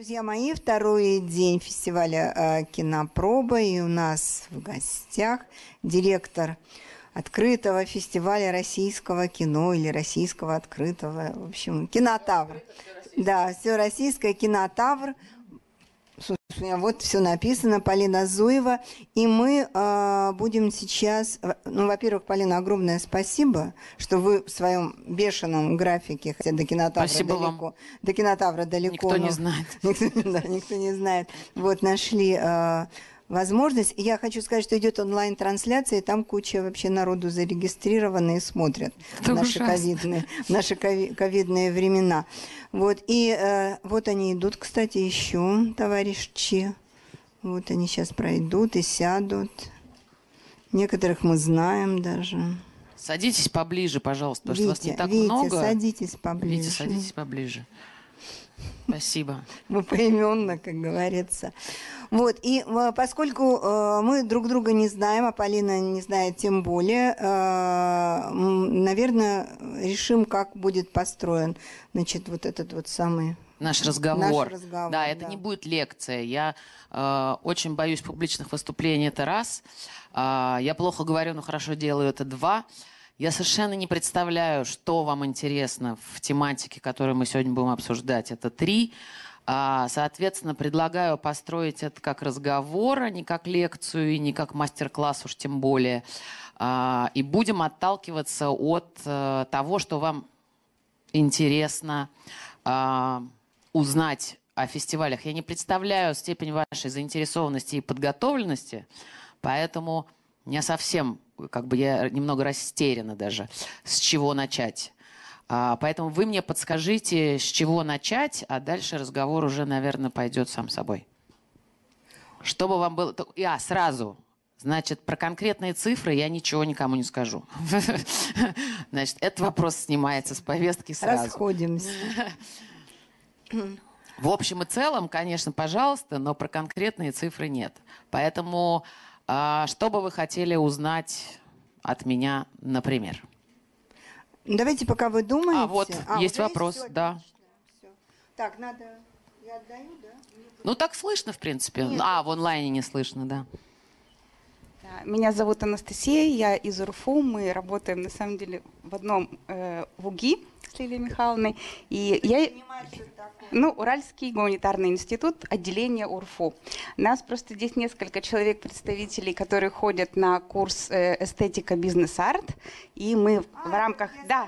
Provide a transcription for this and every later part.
Друзья мои, второй день фестиваля «Кинопроба», и у нас в гостях директор открытого фестиваля российского кино или российского открытого, в общем, «Кинотавр». Да, все российское, «Кинотавр». Собственно, вот все написано, Полина Зуева. И мы будем сейчас... Ну, во-первых, Полина, огромное спасибо, что вы в своем бешеном графике, хотя до «Кинотавра» спасибо далеко. Вам. До «Кинотавра» далеко. Никто не знает. Никто не знает. Вот, нашли возможность. Я хочу сказать, что идет онлайн-трансляция, и там куча вообще народу зарегистрированы и смотрят в наши ковидные времена. Вот, и вот они идут, кстати, еще, товарищи. Вот они сейчас пройдут и сядут. Некоторых мы знаем даже. Садитесь поближе, пожалуйста, потому что вас не так Витя, много. Садитесь поближе. Витя, садитесь поближе. Спасибо. Мы поименно, как говорится. Вот, и поскольку мы друг друга не знаем, а Полина не знает тем более, наверное, решим, как будет построен, значит, вот этот вот самый... Наш разговор. Да, это да. не будет лекция. Я очень боюсь публичных выступлений, это раз. Я плохо говорю, но хорошо делаю, это два. Я совершенно не представляю, что вам интересно в тематике, которую мы сегодня будем обсуждать, это три. Соответственно, предлагаю построить это как разговор, а не как лекцию, и не как мастер-класс уж тем более. И будем отталкиваться от того, что вам интересно узнать о фестивалях. Я не представляю степень вашей заинтересованности и подготовленности, поэтому я совсем, я немного растеряна даже, с чего начать. Поэтому вы мне подскажите, с чего начать, а дальше разговор уже, наверное, пойдет сам собой. Чтобы вам было... сразу. Значит, про конкретные цифры я ничего никому не скажу. Значит, этот вопрос снимается с повестки сразу. Расходимся. В общем и целом, конечно, пожалуйста, но про конкретные цифры нет. Поэтому, что бы вы хотели узнать от меня, например? Давайте, пока вы думаете... Вот, есть вопрос, все, да. Все. Так, надо... Я отдаю, да? Ну, так слышно, в принципе. Нет. В онлайне не слышно, да. Меня зовут Анастасия, я из УРФУ. Мы работаем, на самом деле, в одном ВУГИ с Лилией Михайловной. И Уральский гуманитарный институт, отделение УРФУ. Нас просто здесь несколько человек, представителей, которые ходят на курс «Эстетика, бизнес, арт». И мы в рамках...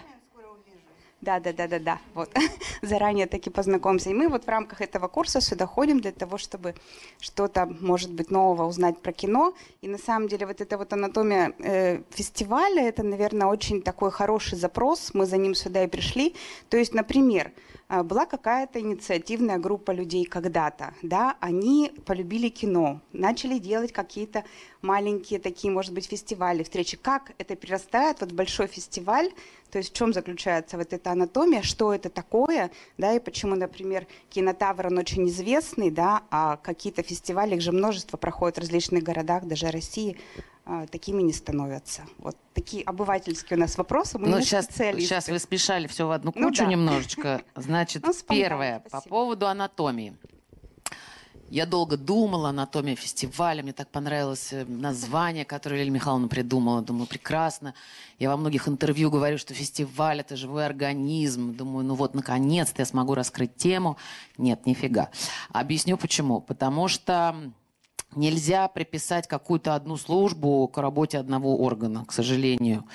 Да. Вот. Заранее таки познакомимся. И мы вот в рамках этого курса сюда ходим для того, чтобы что-то, может быть, нового узнать про кино. И на самом деле вот эта вот анатомия фестиваля, это, наверное, очень такой хороший запрос. Мы за ним сюда и пришли. То есть, например, была какая-то инициативная группа людей когда-то, да, они полюбили кино, начали делать какие-то маленькие такие, может быть, фестивали, встречи. Как это перерастает в большой фестиваль, то есть в чем заключается вот эта анатомия, что это такое, да, и почему, например, «Кинотавр», он очень известный, да, а какие-то фестивали, их же множество проходят в различных городах, даже России, такими не становятся. Вот такие обывательские у нас вопросы. Мы сейчас вы смешали все в одну кучу немножечко. Значит, первое, по поводу анатомии. Я долго думала, анатомия фестиваля, мне так понравилось название, которое Лилия Михайловна придумала. Думаю, прекрасно. Я во многих интервью говорю, что фестиваль – это живой организм. Думаю, ну вот, наконец-то я смогу раскрыть тему. Нет, нифига. Объясню почему. Потому что нельзя приписать какую-то одну службу к работе одного органа, к сожалению.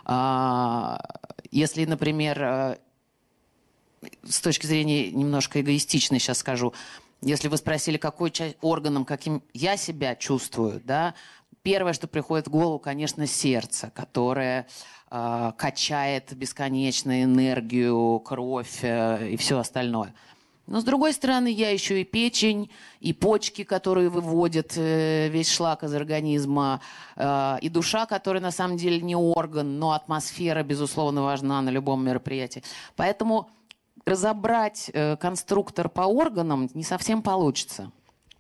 Если, например, с точки зрения немножко эгоистичной сейчас скажу, если вы спросили, какой органом, каким я себя чувствую, да, первое, что приходит в голову, конечно, сердце, которое качает бесконечно энергию, кровь и все остальное. Но, с другой стороны, я еще и печень, и почки, которые выводят весь шлак из организма, и душа, которая на самом деле не орган, но атмосфера, безусловно, важна на любом мероприятии. Поэтому разобрать конструктор по органам не совсем получится.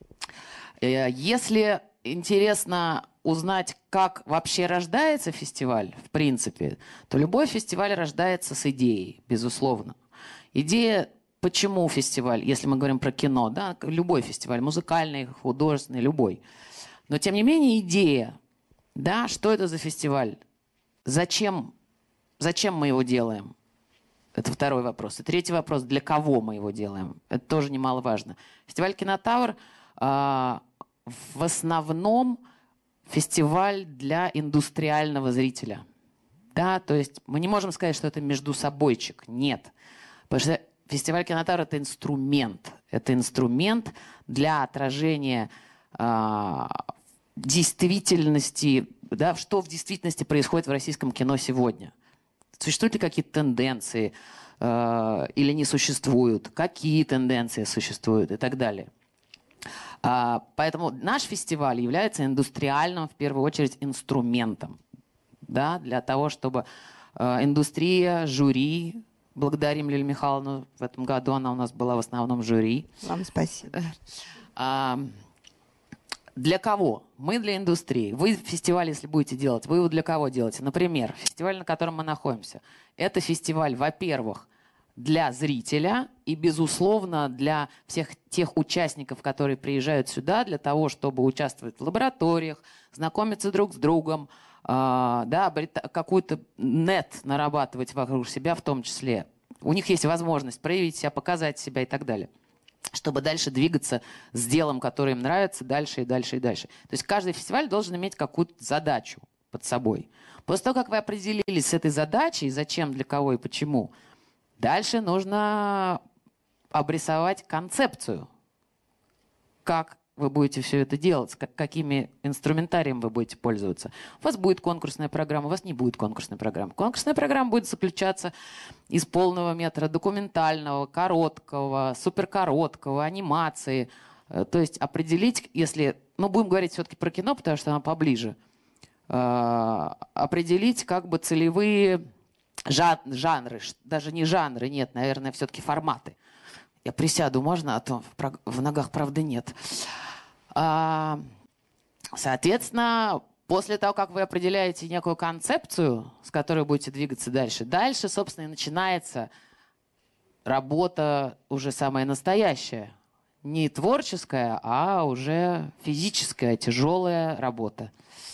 Если интересно узнать, как вообще рождается фестиваль, в принципе, то любой фестиваль рождается с идеей, безусловно. Идея почему фестиваль, если мы говорим про кино, да, любой фестиваль, музыкальный, художественный, любой. Но, тем не менее, идея, да, что это за фестиваль, зачем мы его делаем? Это второй вопрос. И третий вопрос, для кого мы его делаем? Это тоже немаловажно. Фестиваль «Кинотавр» в основном фестиваль для индустриального зрителя. Да, то есть мы не можем сказать, что это междусобойчик. Нет. Потому что фестиваль «Кинотавр» — это инструмент. Это инструмент для отражения действительности, да, что в действительности происходит в российском кино сегодня. Существуют ли какие-то тенденции или не существуют? Какие тенденции существуют и так далее. Поэтому наш фестиваль является индустриальным, в первую очередь, инструментом, да, для того, чтобы индустрия, жюри, благодарим Лилию Михайловну, в этом году она у нас была в основном жюри. Вам спасибо. Для кого? Мы для индустрии. Вы фестиваль, если будете делать, вы его для кого делаете? Например, фестиваль, на котором мы находимся. Это фестиваль, во-первых, для зрителя и, безусловно, для всех тех участников, которые приезжают сюда для того, чтобы участвовать в лабораториях, знакомиться друг с другом, да, какую-то нет нарабатывать вокруг себя в том числе. У них есть возможность проявить себя, показать себя и так далее, чтобы дальше двигаться с делом, которое им нравится, дальше и дальше и дальше. То есть каждый фестиваль должен иметь какую-то задачу под собой. После того, как вы определились с этой задачей, зачем, для кого и почему, дальше нужно обрисовать концепцию, как вы будете все это делать, какими инструментарием вы будете пользоваться. У вас будет конкурсная программа, у вас не будет конкурсной программы. Конкурсная программа будет заключаться из полного метра, документального, короткого, суперкороткого, анимации. То есть определить, если... Ну, будем говорить все-таки про кино, потому что оно поближе. Определить как бы целевые жанры. Даже не жанры, нет, наверное, все-таки форматы. Я присяду, можно? А то в ногах, правда, нет. Соответственно, после того, как вы определяете некую концепцию, с которой будете двигаться дальше, собственно, и начинается работа уже самая настоящая. Не творческая, а уже физическая, тяжелая работа.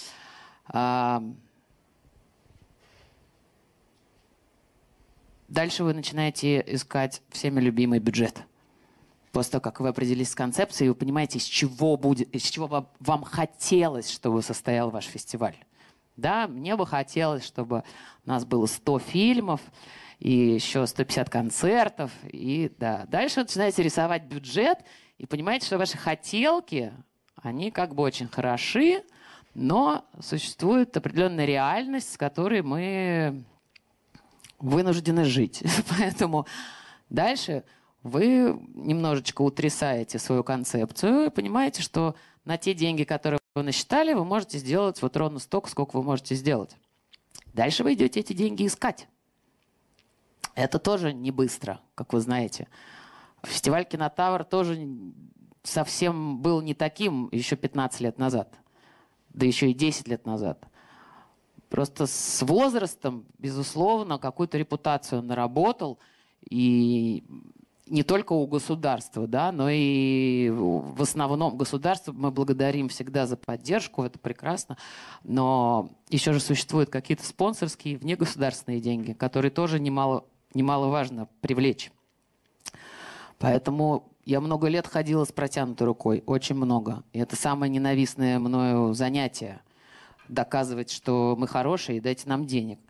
Дальше вы начинаете искать всеми любимый бюджет. После того, как вы определились с концепцией, вы понимаете, из чего вам хотелось, чтобы состоял ваш фестиваль. Да, мне бы хотелось, чтобы у нас было 100 фильмов, и еще 150 концертов. И да, дальше вы начинаете рисовать бюджет, и понимаете, что ваши хотелки, они как бы очень хороши, но существует определенная реальность, с которой мы вынуждены жить. Поэтому дальше вы немножечко утрясаете свою концепцию и понимаете, что на те деньги, которые вы насчитали, вы можете сделать вот ровно столько, сколько вы можете сделать. Дальше вы идете эти деньги искать. Это тоже не быстро, как вы знаете. Фестиваль «Кинотавр» тоже совсем был не таким еще 15 лет назад, да еще и 10 лет назад. Просто с возрастом, безусловно, какую-то репутацию он наработал, и не только у государства, да, но и в основном государство мы благодарим всегда за поддержку, это прекрасно, но еще же существуют какие-то спонсорские, внегосударственные деньги, которые тоже немаловажно привлечь. Поэтому я много лет ходила с протянутой рукой, очень много. И это самое ненавистное мною занятие – доказывать, что мы хорошие, дайте нам денег.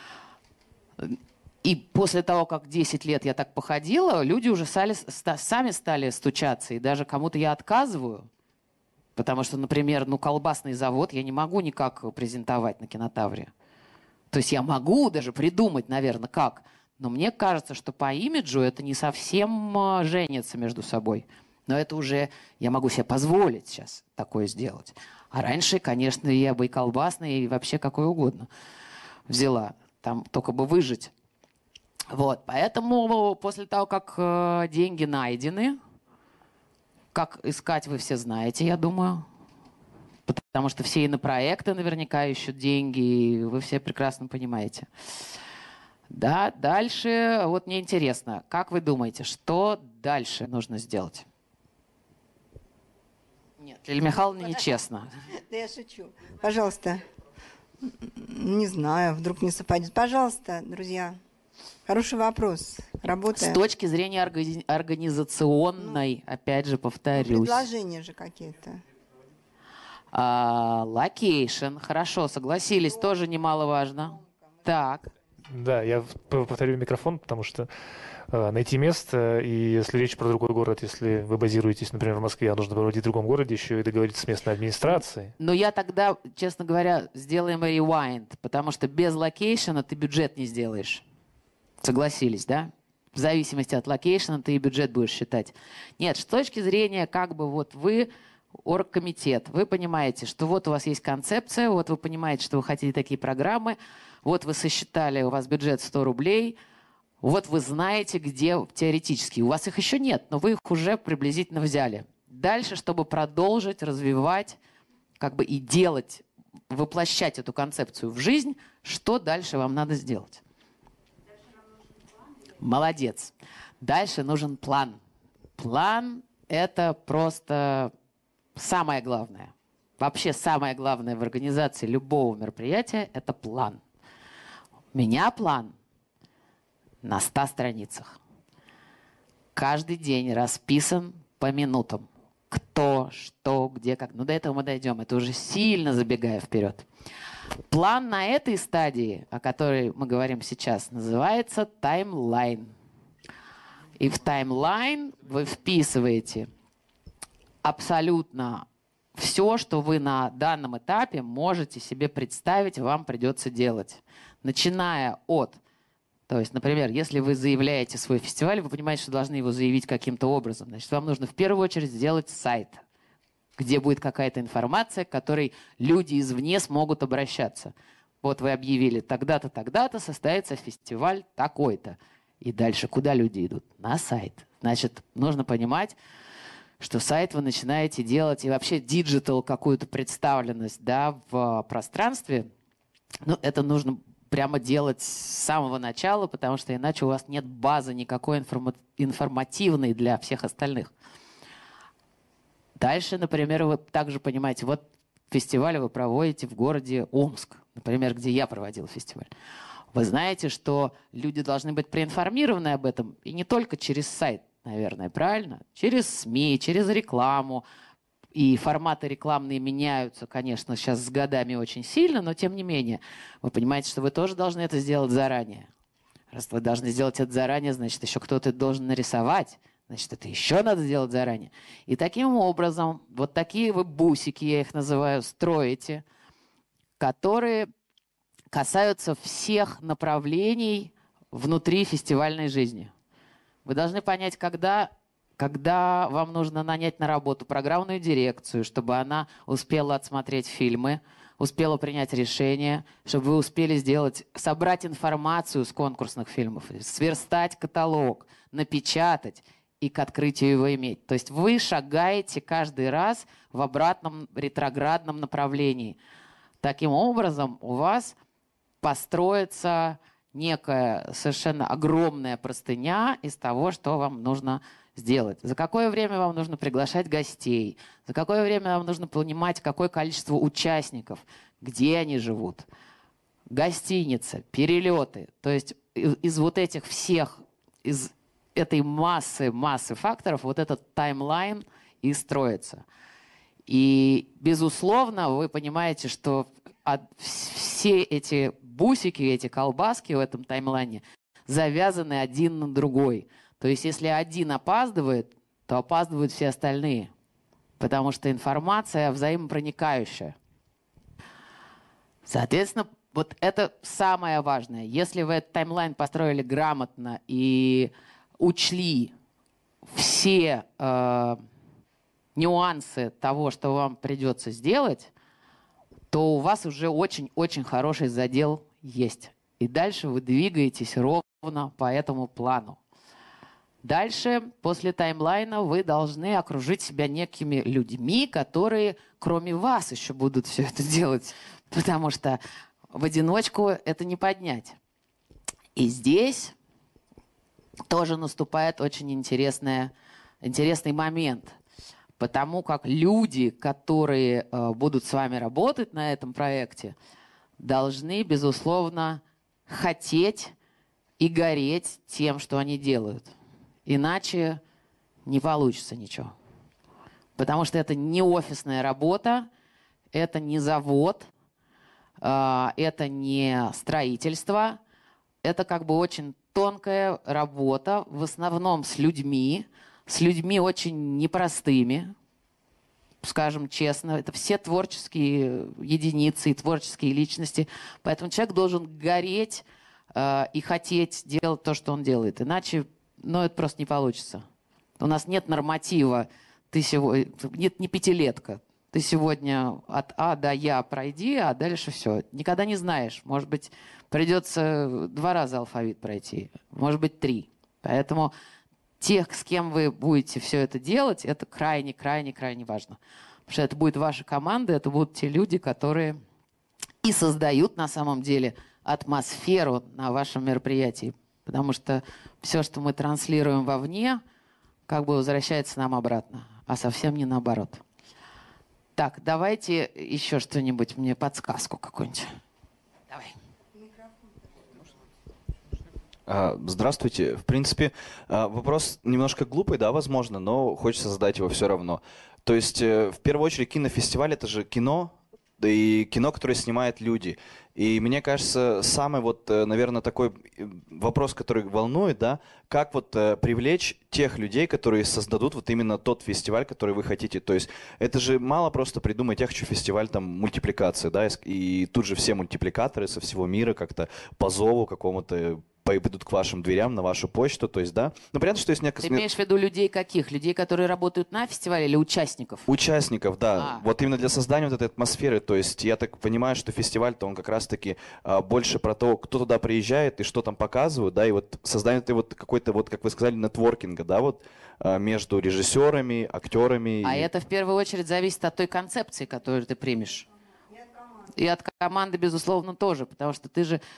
И после того, как 10 лет я так походила, люди уже сами стали стучаться. И даже кому-то я отказываю, потому что, например, колбасный завод я не могу никак презентовать на Кинотавре. То есть я могу даже придумать, наверное, как. Но мне кажется, что по имиджу это не совсем женится между собой. Но это уже я могу себе позволить сейчас такое сделать. А раньше, конечно, я бы и колбасный, и вообще какой угодно взяла. Там только бы выжить. Вот. Поэтому после того, как деньги найдены, как искать вы все знаете, я думаю. Потому что все инопроекты наверняка ищут деньги, и вы все прекрасно понимаете. Да, дальше, вот мне интересно, как вы думаете, что дальше нужно сделать? Нет, Лилия Михайловна нечестно. Да я шучу. Пожалуйста. Не знаю, вдруг не совпадет. Пожалуйста, друзья. Хороший вопрос. С Работаем. точки зрения организационной, опять же, повторюсь. Предложения же какие-то. Локейшн, хорошо, согласились, тоже немаловажно. Так. Да, я повторю микрофон, потому что найти место, и если речь про другой город, если вы базируетесь, например, в Москве, а нужно проводить в другом городе, еще и договориться с местной администрацией. Но я тогда, честно говоря, сделаем rewind, потому что без локейшена ты бюджет не сделаешь. Согласились, да? В зависимости от локейшена ты и бюджет будешь считать. Нет, с точки зрения, как бы вот вы, оргкомитет, вы понимаете, что вот у вас есть концепция, вот вы понимаете, что вы хотите такие программы, вот вы сосчитали, у вас бюджет 100 рублей, вот вы знаете, где теоретически. У вас их еще нет, но вы их уже приблизительно взяли. Дальше, чтобы продолжить, развивать, как бы и делать, воплощать эту концепцию в жизнь, что дальше вам надо сделать? Молодец. Дальше нужен план. План – это просто самое главное. Вообще самое главное в организации любого мероприятия – это план. У меня план на 100 страницах. Каждый день расписан по минутам. Кто, что, где, как. Но до этого мы дойдем. Это уже сильно забегая вперед. План на этой стадии, о которой мы говорим сейчас, называется таймлайн. И в таймлайн вы вписываете абсолютно все, что вы на данном этапе можете себе представить, вам придется делать. Начиная от, то есть, например, если вы заявляете свой фестиваль, вы понимаете, что должны его заявить каким-то образом. Значит, вам нужно в первую очередь сделать сайт, где будет какая-то информация, к которой люди извне смогут обращаться. Вот вы объявили, тогда-то, тогда-то состоится фестиваль такой-то. И дальше куда люди идут? На сайт. Значит, нужно понимать, что сайт вы начинаете делать, и вообще диджитал какую-то представленность, да, в пространстве, ну, это нужно прямо делать с самого начала, потому что иначе у вас нет базы никакой информативной для всех остальных. Дальше, например, вы также понимаете, вот фестиваль вы проводите в городе Омск, например, где я проводил фестиваль. Вы знаете, что люди должны быть проинформированы об этом, и не только через сайт, наверное, правильно? Через СМИ, через рекламу. И форматы рекламные меняются, конечно, сейчас с годами очень сильно, но тем не менее, вы понимаете, что вы тоже должны это сделать заранее. Раз вы должны сделать это заранее, значит, еще кто-то должен нарисовать. Значит, это еще надо сделать заранее. И таким образом, вот такие вы бусики, я их называю, строите, которые касаются всех направлений внутри фестивальной жизни. Вы должны понять, когда вам нужно нанять на работу программную дирекцию, чтобы она успела отсмотреть фильмы, успела принять решение, чтобы вы успели собрать информацию с конкурсных фильмов, сверстать каталог, напечатать и к открытию его иметь. То есть вы шагаете каждый раз в обратном ретроградном направлении. Таким образом, у вас построится некая совершенно огромная простыня из того, что вам нужно сделать. За какое время вам нужно приглашать гостей, за какое время вам нужно понимать, какое количество участников, где они живут, гостиницы, перелеты. То есть из вот этих всех, из этой массы факторов вот этот таймлайн и строится. И, безусловно, вы понимаете, что все эти бусики, эти колбаски в этом таймлайне завязаны один на другой. То есть, если один опаздывает, то опаздывают все остальные. Потому что информация взаимопроникающая. Соответственно, вот это самое важное. Если вы этот таймлайн построили грамотно и учли все нюансы того, что вам придется сделать, то у вас уже очень-очень хороший задел есть. И дальше вы двигаетесь ровно по этому плану. Дальше, после таймлайна, вы должны окружить себя некими людьми, которые, кроме вас, еще будут все это делать. Потому что в одиночку это не поднять. И здесь тоже наступает очень интересный момент. Потому как люди, которые будут с вами работать на этом проекте, должны, безусловно, хотеть и гореть тем, что они делают. Иначе не получится ничего. Потому что это не офисная работа, это не завод, это не строительство. Это как бы очень тонкая работа, в основном с людьми очень непростыми, скажем честно. Это все творческие единицы и творческие личности. Поэтому человек должен гореть и хотеть делать то, что он делает. Иначе, это просто не получится. У нас нет норматива. Нет, не пятилетка. Ты сегодня от А до Я пройди, а дальше все. Никогда не знаешь. Может быть, придется 2 раза алфавит пройти. Может быть, 3. Поэтому тех, с кем вы будете все это делать, это крайне важно. Потому что это будет ваша команда, это будут те люди, которые и создают на самом деле атмосферу на вашем мероприятии. Потому что все, что мы транслируем вовне, как бы возвращается нам обратно, а совсем не наоборот. Так, давайте еще что-нибудь, мне подсказку какую-нибудь. Давай. Здравствуйте. В принципе, вопрос немножко глупый, да, возможно, но хочется задать его все равно. То есть, в первую очередь, кинофестиваль — это же кино, да и кино, которое снимают люди. И мне кажется, самый наверное, такой вопрос, который волнует, да, как привлечь тех людей, которые создадут именно тот фестиваль, который вы хотите. То есть это же мало просто придумать, я хочу фестиваль мультипликации, да, и тут же все мультипликаторы со всего мира как-то по зову какому-то пойдут к вашим дверям, на вашу почту, то есть, да. Ну, понятно, что есть Ты имеешь в виду людей каких? Людей, которые работают на фестивале или участников? Участников, да. Вот именно для создания этой атмосферы. То есть я так понимаю, что фестиваль-то он как раз-таки больше про то, кто туда приезжает и что там показывают, да, и создание какой-то, как вы сказали, нетворкинга, да, между режиссерами, актерами. А это в первую очередь зависит от той концепции, которую ты примешь. И от команды, безусловно, тоже. Потому что ты же...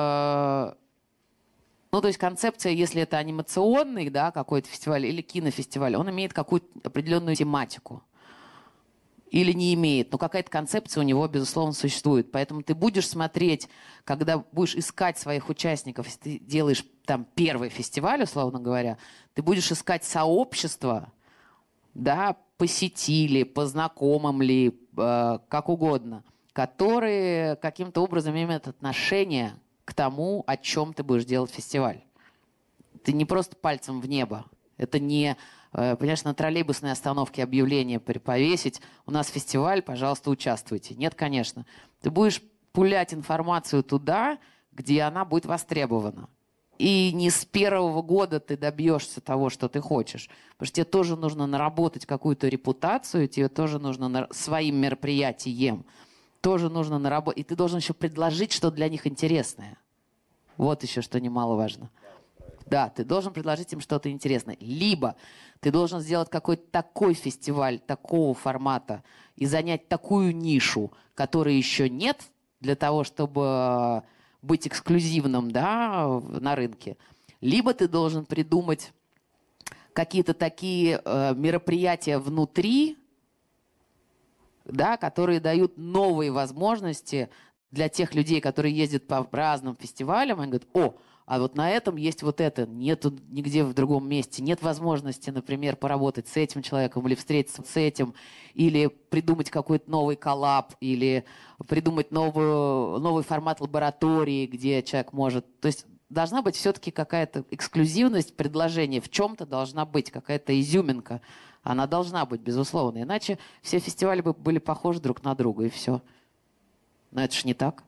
то есть концепция, если это анимационный, да, какой-то фестиваль или кинофестиваль, он имеет какую-то определенную тематику. Или не имеет. Но какая-то концепция у него, безусловно, существует. Поэтому ты будешь смотреть, когда будешь искать своих участников, если ты делаешь там первый фестиваль, условно говоря, ты будешь искать сообщество, да, по сети ли, по знакомым ли, как угодно, которые каким-то образом имеют отношение к тому, о чем ты будешь делать фестиваль. Ты не просто пальцем в небо. Это не, понимаешь, на троллейбусной остановке объявление повесить. У нас фестиваль, пожалуйста, участвуйте. Нет, конечно. Ты будешь пулять информацию туда, где она будет востребована. И не с первого года ты добьешься того, что ты хочешь. Потому что тебе тоже нужно наработать какую-то репутацию, тебе тоже нужно своим мероприятием тоже нужно наработать. И ты должен еще предложить, что для них интересное. Вот еще что немаловажно. Да, ты должен предложить им что-то интересное. Либо ты должен сделать какой-то такой фестиваль, такого формата, и занять такую нишу, которой еще нет, для того, чтобы быть эксклюзивным, да, на рынке. Либо ты должен придумать какие-то такие мероприятия внутри, да, которые дают новые возможности для тех людей, которые ездят по разным фестивалям. Они говорят: а вот на этом есть вот это, нету нигде в другом месте. Нет возможности, например, поработать с этим человеком или встретиться с этим, или придумать какой-то новый коллаб, или придумать новый формат лаборатории, где человек может... То есть должна быть все-таки какая-то эксклюзивность предложения. В чем-то должна быть какая-то изюминка. Она должна быть, безусловно. Иначе все фестивали бы были похожи друг на друга, и все. Но это ж не так.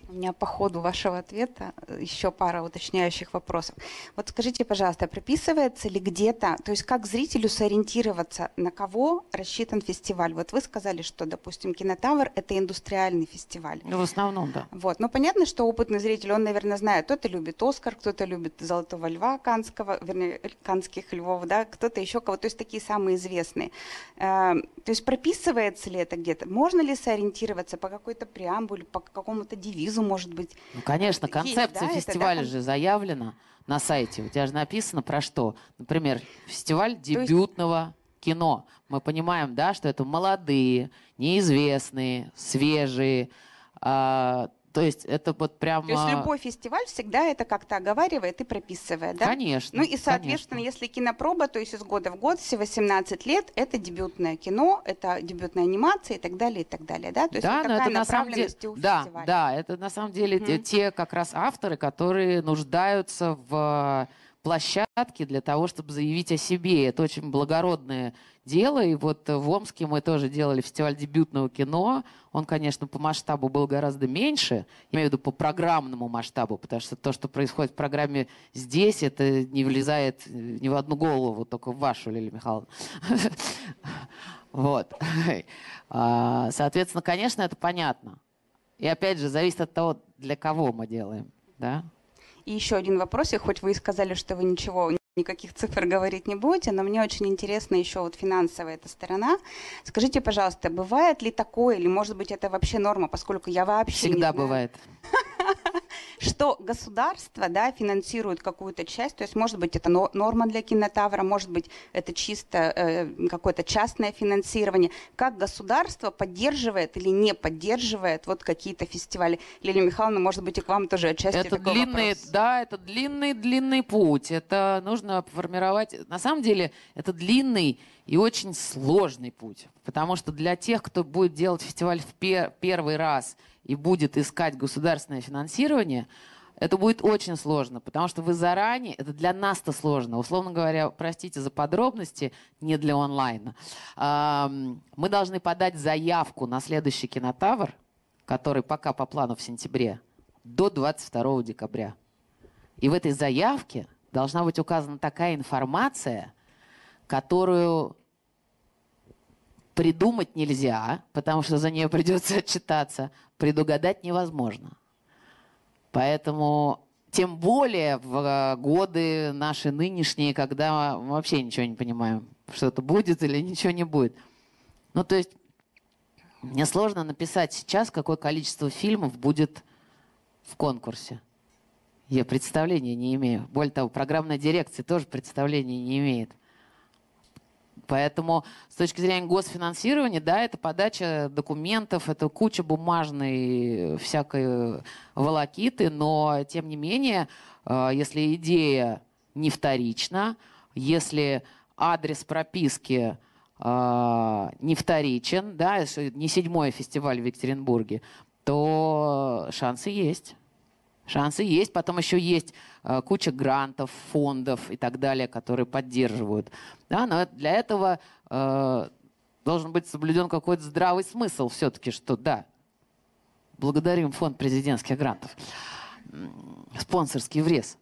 У меня по ходу вашего ответа еще пара уточняющих вопросов. Вот скажите, пожалуйста, прописывается ли где-то, то есть как зрителю сориентироваться, на кого рассчитан фестиваль? Вот вы сказали, что, допустим, Кинотавр — это индустриальный фестиваль. Ну, в основном, да. Вот. Но понятно, что опытный зритель, он, наверное, знает, кто-то любит «Оскар», кто-то любит «Золотого льва» каннского, вернее, «Каннских львов», да, кто-то еще кого-то, то есть такие самые известные. То есть прописывается ли это где-то? Можно ли сориентироваться по какой-то преамбуле, по какому-то девизу, может быть? Ну, конечно, Есть, концепция да, это, фестиваля да, же заявлена на сайте. У тебя же написано про что? Например, фестиваль дебютного кино. Мы понимаем, да, что это молодые, неизвестные, свежие. То есть это вот прямо... То есть любой фестиваль всегда это как-то оговаривает и прописывает, да? Конечно. Ну и, соответственно, конечно. если кинопроба, то есть из года в год, все 18 лет, это дебютное кино, это дебютная анимация и так далее, да? То есть Да, вот но такая это на самом деле, направленность у да, фестиваля. да, это на самом деле те как раз авторы, которые нуждаются в площадке для того, чтобы заявить о себе. Это очень благородное дело. И вот в Омске мы тоже делали фестиваль дебютного кино. Он, конечно, по масштабу был гораздо меньше, я имею в виду по программному масштабу, потому что то, что происходит в программе здесь, это не влезает ни в одну голову, только в вашу, Лилия Михайловна. Вот. Соответственно, конечно, это понятно. И опять же, зависит от того, для кого мы делаем, да? И еще один вопрос, и хоть вы и сказали, что вы никаких цифр говорить не будете, но мне очень интересна еще вот финансовая эта сторона. Скажите, пожалуйста, бывает ли такое, или может быть это вообще норма, поскольку я вообще Всегда не знаю, бывает. что государство, да, финансирует какую-то часть, то есть может быть это норма для Кинотавра, может быть это чисто какое-то частное финансирование. Как государство поддерживает или не поддерживает вот какие-то фестивали? Лилия Михайловна, может быть и к вам тоже отчасти Это такой длинный, вопрос. да, это длинный путь. Это нужно формировать. На самом деле это длинный и очень сложный путь, потому что для тех, кто будет делать фестиваль в первый раз и будет искать государственное финансирование, это будет очень сложно, потому что вы заранее, это для нас-то сложно, условно говоря, простите за подробности, не для онлайна. Мы должны подать заявку на следующий Кинотавр, который пока по плану в сентябре, до 22 декабря. И в этой заявке должна быть указана такая информация, которую придумать нельзя, потому что за нее придется отчитаться, предугадать невозможно. Поэтому, тем более в годы наши нынешние, когда мы вообще ничего не понимаем, что-то будет или ничего не будет. Ну, то есть, мне сложно написать сейчас, какое количество фильмов будет в конкурсе. Я представления не имею. Более того, программная дирекция тоже представления не имеет. Поэтому с точки зрения госфинансирования, да, это подача документов, это куча бумажной всякой волокиты, но тем не менее, если идея не вторична, если адрес прописки не вторичен, да, не 7-й фестиваль в Екатеринбурге, то шансы есть. Шансы есть, потом еще есть куча грантов, фондов и так далее, которые поддерживают. Да, но для этого должен быть соблюден какой-то здравый смысл все-таки, что да, благодарим фонд президентских грантов. Спонсорский врез.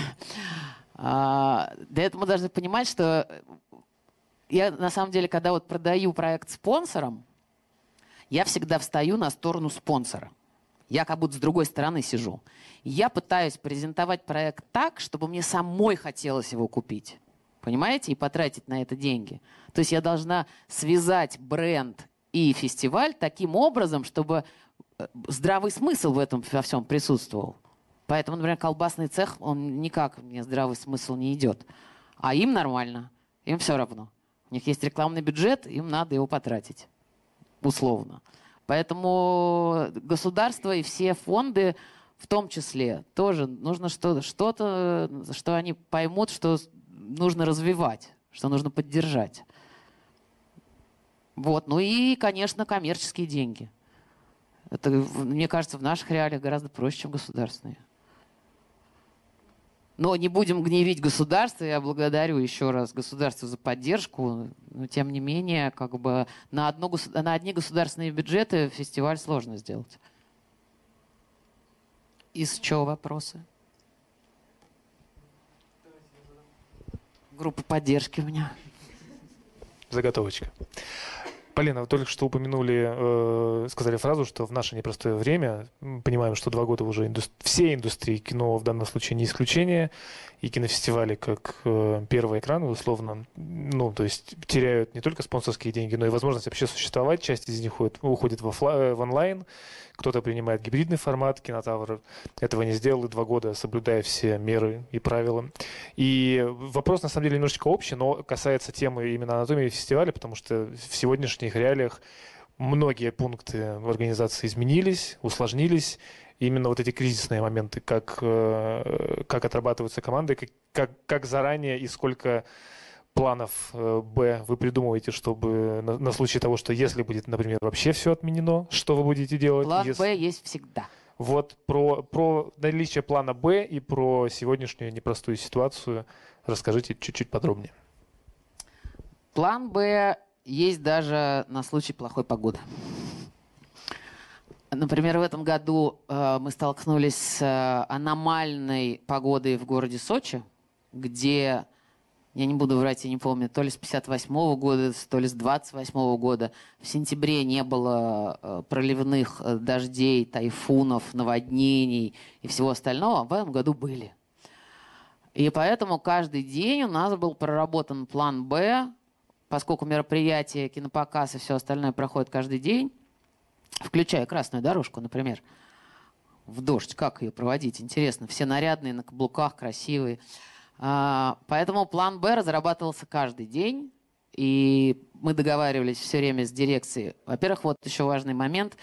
Для этого мы должны понимать, что я на самом деле, когда вот продаю проект спонсорам, я всегда встаю на сторону спонсора. Я как будто с другой стороны сижу. Я пытаюсь презентовать проект так, чтобы мне самой хотелось его купить. Понимаете? И потратить на это деньги. То есть я должна связать бренд и фестиваль таким образом, чтобы здравый смысл в этом во всем присутствовал. Поэтому, например, колбасный цех, он никак мне здравый смысл не идет. А им нормально. Им все равно. У них есть рекламный бюджет, им надо его потратить. Условно. Поэтому государство и все фонды, в том числе, тоже нужно что-то, что они поймут, что нужно развивать, что нужно поддержать. Вот. Ну и, конечно, коммерческие деньги. Это, мне кажется, в наших реалиях гораздо проще, чем государственные. Но не будем гневить государство. Я благодарю еще раз государство за поддержку. Но, тем не менее, как бы на одни государственные бюджеты фестиваль сложно сделать. Из чего вопросы? Группа поддержки у меня. Заготовочка. Полина, вы только что упомянули, сказали фразу, что в наше непростое время, понимаем, что 2 года уже все индустрии, кино в данном случае не исключение, и кинофестивали как первые экраны, условно, ну, то есть теряют не только спонсорские деньги, но и возможность вообще существовать. Часть из них уходит в онлайн, кто-то принимает гибридный формат. Кинотавр этого не сделал и 2 года, соблюдая все меры и правила. И вопрос, на самом деле, немножечко общий, но касается темы именно анатомии фестиваля, потому что в сегодняшних реалиях многие пункты организации изменились, усложнились. И именно вот эти кризисные моменты, как отрабатываются команды, как заранее и сколько планов Б вы придумываете, чтобы на случай того, что если будет, например, вообще все отменено, что вы будете делать? План Б есть всегда. Вот про наличие плана Б и про сегодняшнюю непростую ситуацию расскажите чуть-чуть подробнее. План Б есть даже на случай плохой погоды. Например, в этом году мы столкнулись с аномальной погодой в городе Сочи, где, я не буду врать, я не помню, то ли с 58-го года, то ли с 28-го года в сентябре не было проливных дождей, тайфунов, наводнений и всего остального, а в этом году были. И поэтому каждый день у нас был проработан план «Б», поскольку мероприятия, кинопоказ и все остальное проходят каждый день, включая красную дорожку, например, в дождь. Как ее проводить? Интересно. Все нарядные, на каблуках, красивые. Поэтому план «Б» разрабатывался каждый день. И мы договаривались все время с дирекцией. Во-первых, вот еще важный момент.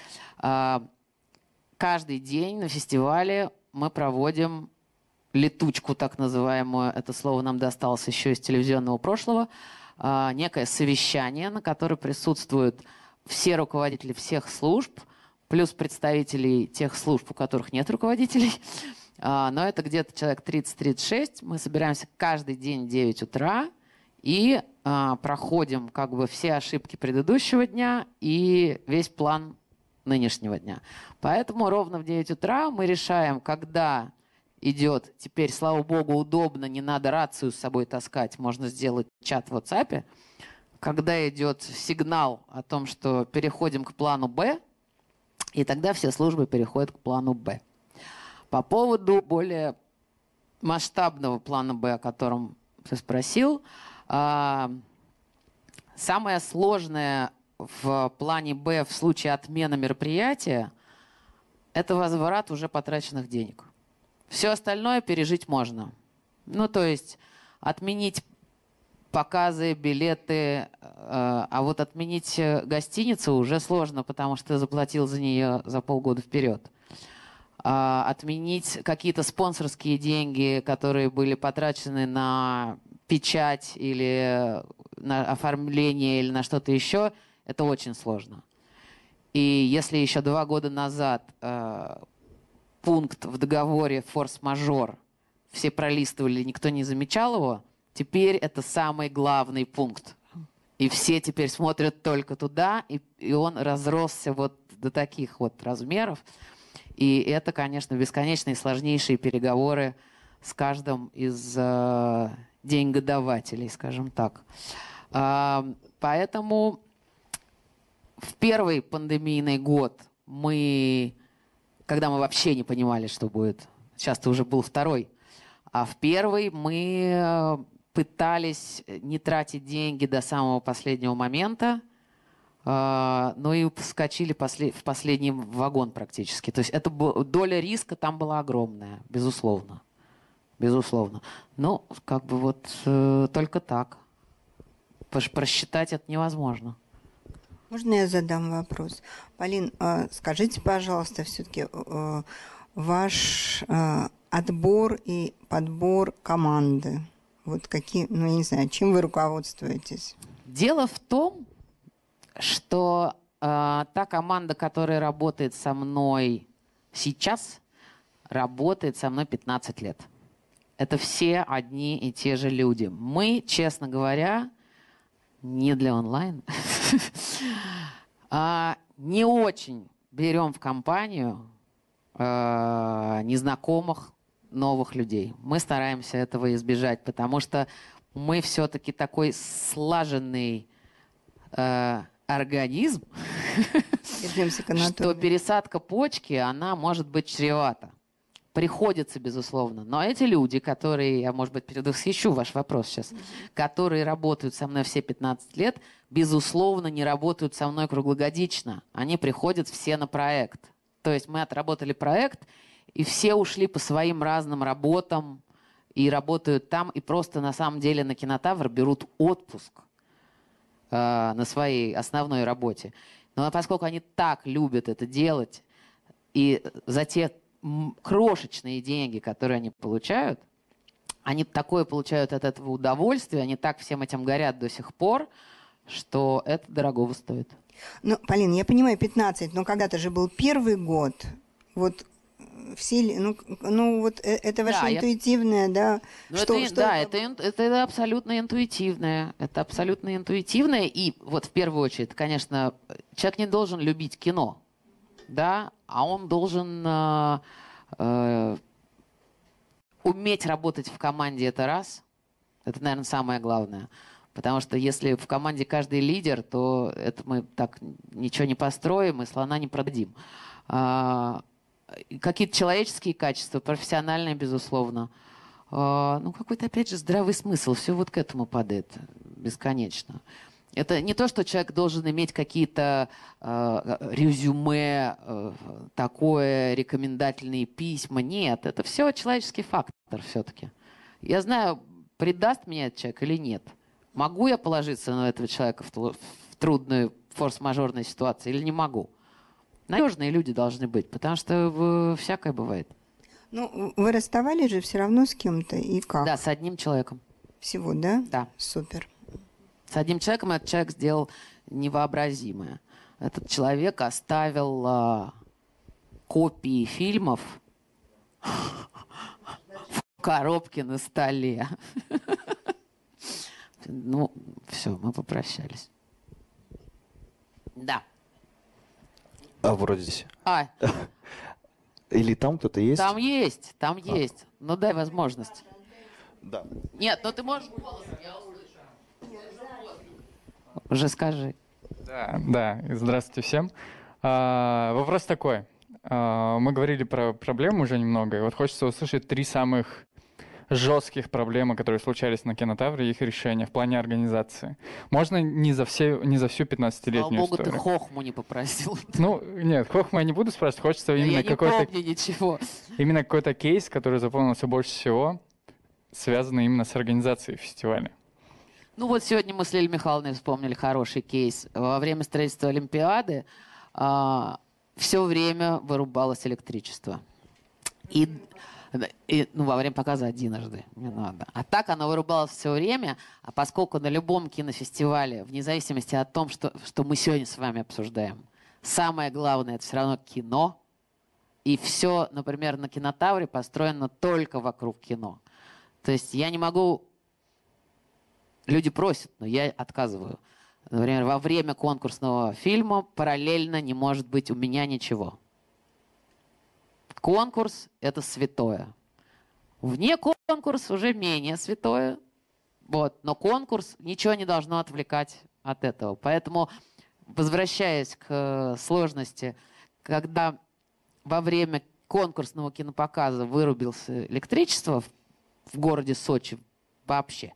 Каждый день на фестивале мы проводим летучку, так называемую. Это слово нам досталось еще из телевизионного прошлого. Некое совещание, на которое присутствуют все руководители всех служб, плюс представителей тех служб, у которых нет руководителей. Но это где-то человек 30-36. Мы собираемся каждый день в 9 утра и проходим как бы все ошибки предыдущего дня и весь план нынешнего дня. Поэтому ровно в 9 утра мы решаем, когда идет, теперь, слава богу, удобно, не надо рацию с собой таскать, можно сделать чат в WhatsApp, когда идет сигнал о том, что переходим к плану «Б», и тогда все службы переходят к плану «Б». По поводу более масштабного плана «Б», о котором ты спросил, самое сложное в плане «Б» в случае отмены мероприятия – это возврат уже потраченных денег. Все остальное пережить можно. Ну, то есть отменить показы, билеты, а вот отменить гостиницу уже сложно, потому что ты заплатил за нее за полгода вперед. Отменить какие-то спонсорские деньги, которые были потрачены на печать или на оформление или на что-то еще, это очень сложно. И если еще 2 года назад пункт в договоре форс-мажор все пролистывали, никто не замечал его, теперь это самый главный пункт. И все теперь смотрят только туда, и он разросся вот до таких вот размеров. И это, конечно, бесконечные сложнейшие переговоры с каждым из деньгодавателей, скажем так. Поэтому в первый пандемийный год когда мы вообще не понимали, что будет, сейчас-то уже был второй, а в первый мы пытались не тратить деньги до самого последнего момента, ну и вскочили в последний вагон практически. То есть доля риска там была огромная, безусловно. Безусловно. Но как бы вот только так. Просчитать это невозможно. Можно я задам вопрос? Полин, скажите, пожалуйста, все-таки ваш отбор и подбор команды, вот какие, ну, я не знаю, чем вы руководствуетесь? Дело в том, что та команда, которая работает со мной сейчас, работает со мной 15 лет. Это все одни и те же люди. Мы, честно говоря, не для онлайн, не очень берем в компанию незнакомых, новых людей. Мы стараемся этого избежать, потому что мы все-таки такой слаженный организм, Вернемся к что анатомии. пересадка почки, она может быть чревата. Приходится, безусловно. Но эти люди, которые, я, может быть, предвосхищу ваш вопрос сейчас, которые работают со мной все 15 лет, безусловно, не работают со мной круглогодично. Они приходят все на проект. То есть мы отработали проект, и все ушли по своим разным работам и работают там, и просто на самом деле на Кинотавр берут отпуск на своей основной работе. Но поскольку они так любят это делать, и за те крошечные деньги, которые они получают, они такое получают от этого удовольствие, они так всем этим горят до сих пор, что это дорогого стоит. Ну, Полина, я понимаю, 15, но когда-то же был первый год. Вот все, это ваше Да, интуитивное, да? Ну, это абсолютно интуитивное. Это абсолютно интуитивное. И вот в первую очередь, конечно, человек не должен любить кино, да, а он должен уметь работать в команде, это раз. Это, наверное, самое главное. Потому что если в команде каждый лидер, то это мы так ничего не построим и слона не продадим. Какие-то человеческие качества, профессиональные, безусловно. Ну, какой-то, опять же, здравый смысл. Все вот к этому падает бесконечно. Это не то, что человек должен иметь какие-то резюме, такое, рекомендательные письма. Нет, это все человеческий фактор все-таки. Я знаю, предаст меня этот человек или нет. Могу я положиться на этого человека в трудную форс-мажорную ситуацию или не могу? Надежные люди должны быть, потому что всякое бывает. Ну, вы расставались же все равно с кем-то, и как? Да, с одним человеком. Всего, да? Да. Супер. С одним человеком этот человек сделал невообразимое. Этот человек оставил копии фильмов в коробке на столе. Ну, все, мы попрощались. Да. А вроде здесь. А, Или там кто-то есть? там есть, там есть. Ну, дай возможность. Да. Нет, ну ты можешь голосом, я услышу. Уже скажи. Да, здравствуйте всем. Вопрос такой. Мы говорили про проблемы уже немного, и вот хочется услышать 3 самых жестких проблемы, которые случались на Кинотавре, и их решения в плане организации. Можно не за всю 15-летнюю Слава богу, историю. ты хохму не попросил. Ну, нет, хохму я не буду спрашивать, хочется Я именно не помню ничего. именно какой-то кейс, который запомнился больше всего, связанный именно с организацией фестиваля. Ну вот сегодня мы с Лилией Михайловной вспомнили хороший кейс. Во время строительства Олимпиады все время вырубалось электричество. И во время показа единожды не надо. А так оно вырубалось все время, а поскольку на любом кинофестивале, вне зависимости от того, что мы сегодня с вами обсуждаем, самое главное — это все равно кино, и все, например, на Кинотавре построено только вокруг кино. То есть я не могу... Люди просят, но я отказываю. Например, во время конкурсного фильма параллельно не может быть у меня ничего. Конкурс — это святое. Вне конкурса уже менее святое. Вот. Но конкурс ничего не должно отвлекать от этого. Поэтому, возвращаясь к сложности, когда во время конкурсного кинопоказа вырубилось электричество в городе Сочи вообще,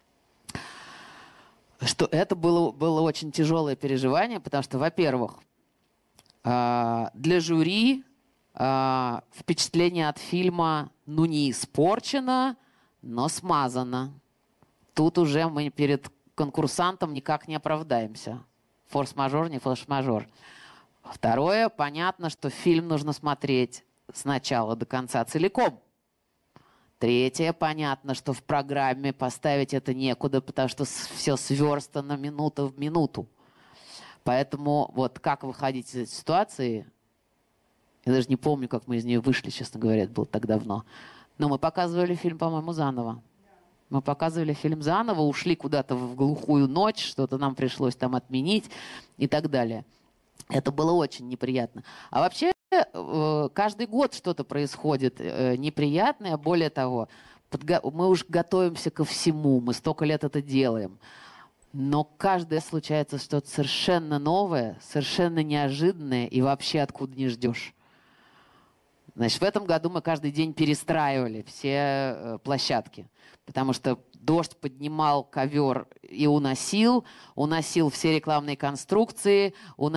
что это было очень тяжелое переживание, потому что, во-первых, для жюри впечатление от фильма, ну, не испорчено, но смазано. Тут уже мы перед конкурсантом никак не оправдаемся. Форс-мажор, не форс-мажор. Второе, понятно, что фильм нужно смотреть с начала до конца целиком. Третье, понятно, что в программе поставить это некуда, потому что все сверстано минута в минуту. Поэтому вот как выходить из этой ситуации... Я даже не помню, как мы из нее вышли, честно говоря, это было так давно. Но мы показывали фильм, по-моему, заново. Мы показывали фильм заново, ушли куда-то в глухую ночь, что-то нам пришлось там отменить и так далее. Это было очень неприятно. А вообще каждый год что-то происходит неприятное. Более того, мы уж готовимся ко всему, мы столько лет это делаем. Но каждое случается что-то совершенно новое, совершенно неожиданное и вообще откуда не ждешь. Значит, в этом году мы каждый день перестраивали все площадки, потому что дождь поднимал ковер и уносил все рекламные конструкции,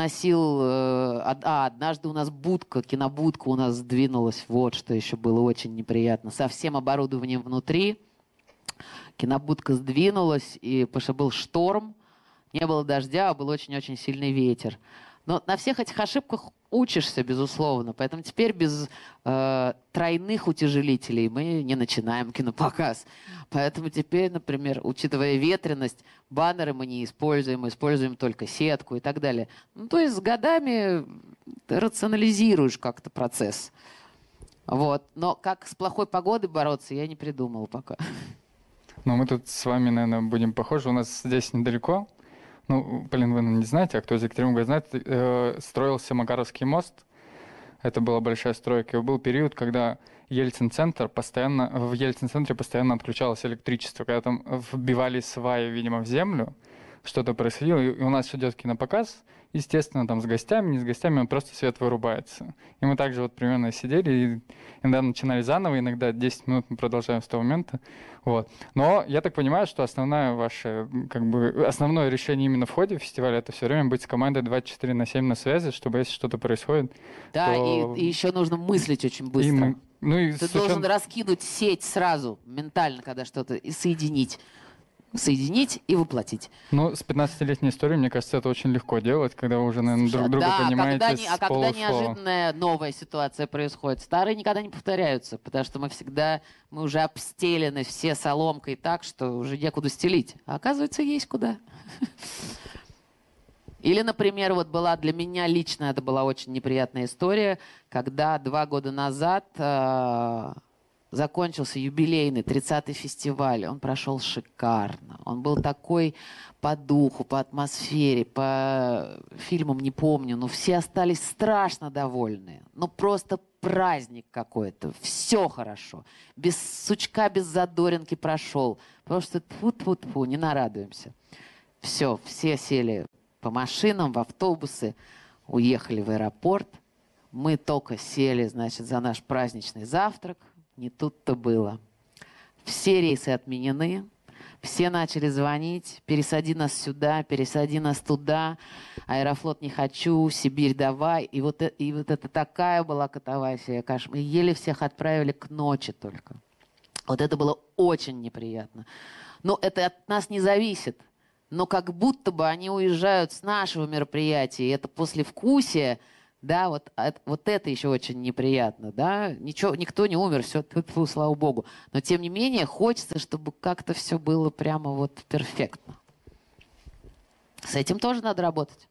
однажды у нас кинобудка у нас сдвинулась, вот что еще было очень неприятно, со всем оборудованием внутри. Кинобудка сдвинулась, и потому что был шторм, не было дождя, а был очень-очень сильный ветер. Но на всех этих ошибках учишься, безусловно. Поэтому теперь без тройных утяжелителей мы не начинаем кинопоказ. Поэтому теперь, например, учитывая ветренность, баннеры мы не используем, используем только сетку и так далее. Ну, то есть с годами ты рационализируешь как-то процесс. Вот. Но как с плохой погодой бороться, я не придумала пока. Ну, мы тут с вами, наверное, будем похожи. У нас здесь недалеко. Ну, блин, вы не знаете, а кто из Екатеринбурга знает, строился Макаровский мост. Это была большая стройка. И был период, когда в Ельцин-центре постоянно отключалось электричество. Когда там вбивали сваи, видимо, в землю, что-то происходило. И у нас идет кинопоказ. Естественно, там с гостями, не с гостями, он просто свет вырубается. И мы также вот примерно сидели, и иногда начинали заново, иногда 10 минут мы продолжаем с того момента. Вот. Но я так понимаю, что основное решение именно в ходе фестиваля — это все время быть с командой 24/7 на связи, чтобы если что-то происходит... Да, то... и еще нужно мыслить очень быстро. Ты должен учетом... раскинуть сеть сразу, ментально, когда что-то, и соединить и воплотить. Ну, с 15-летней историей, мне кажется, это очень легко делать, когда вы уже, наверное, друг друга понимаете когда неожиданная новая ситуация происходит. Старые никогда не повторяются, потому что мы уже обстелены все соломкой так, что уже некуда стелить. А оказывается, есть куда. Или, например, вот была для меня лично, это была очень неприятная история, когда 2 года назад... закончился юбилейный 30-й фестиваль. Он прошел шикарно. Он был такой по духу, по атмосфере, по фильмам не помню, но все остались страшно довольны. Ну, просто праздник какой-то. Все хорошо. Без сучка, без задоринки прошел. Потому что тьфу-тьфу-тьфу, не нарадуемся. Все сели по машинам, в автобусы, уехали в аэропорт. Мы только сели, значит, за наш праздничный завтрак. Не тут-то было. Все рейсы отменены, все начали звонить, пересади нас сюда, пересади нас туда, Аэрофлот не хочу, Сибирь давай. И вот это такая была катавасия, кошмар. Мы еле всех отправили к ночи только. Вот это было очень неприятно. Но это от нас не зависит. Но как будто бы они уезжают с нашего мероприятия, и это послевкусие. Да, вот это еще очень неприятно, да, никто не умер, все, слава богу. Но, тем не менее, хочется, чтобы как-то все было прямо вот перфектно. С этим тоже надо работать.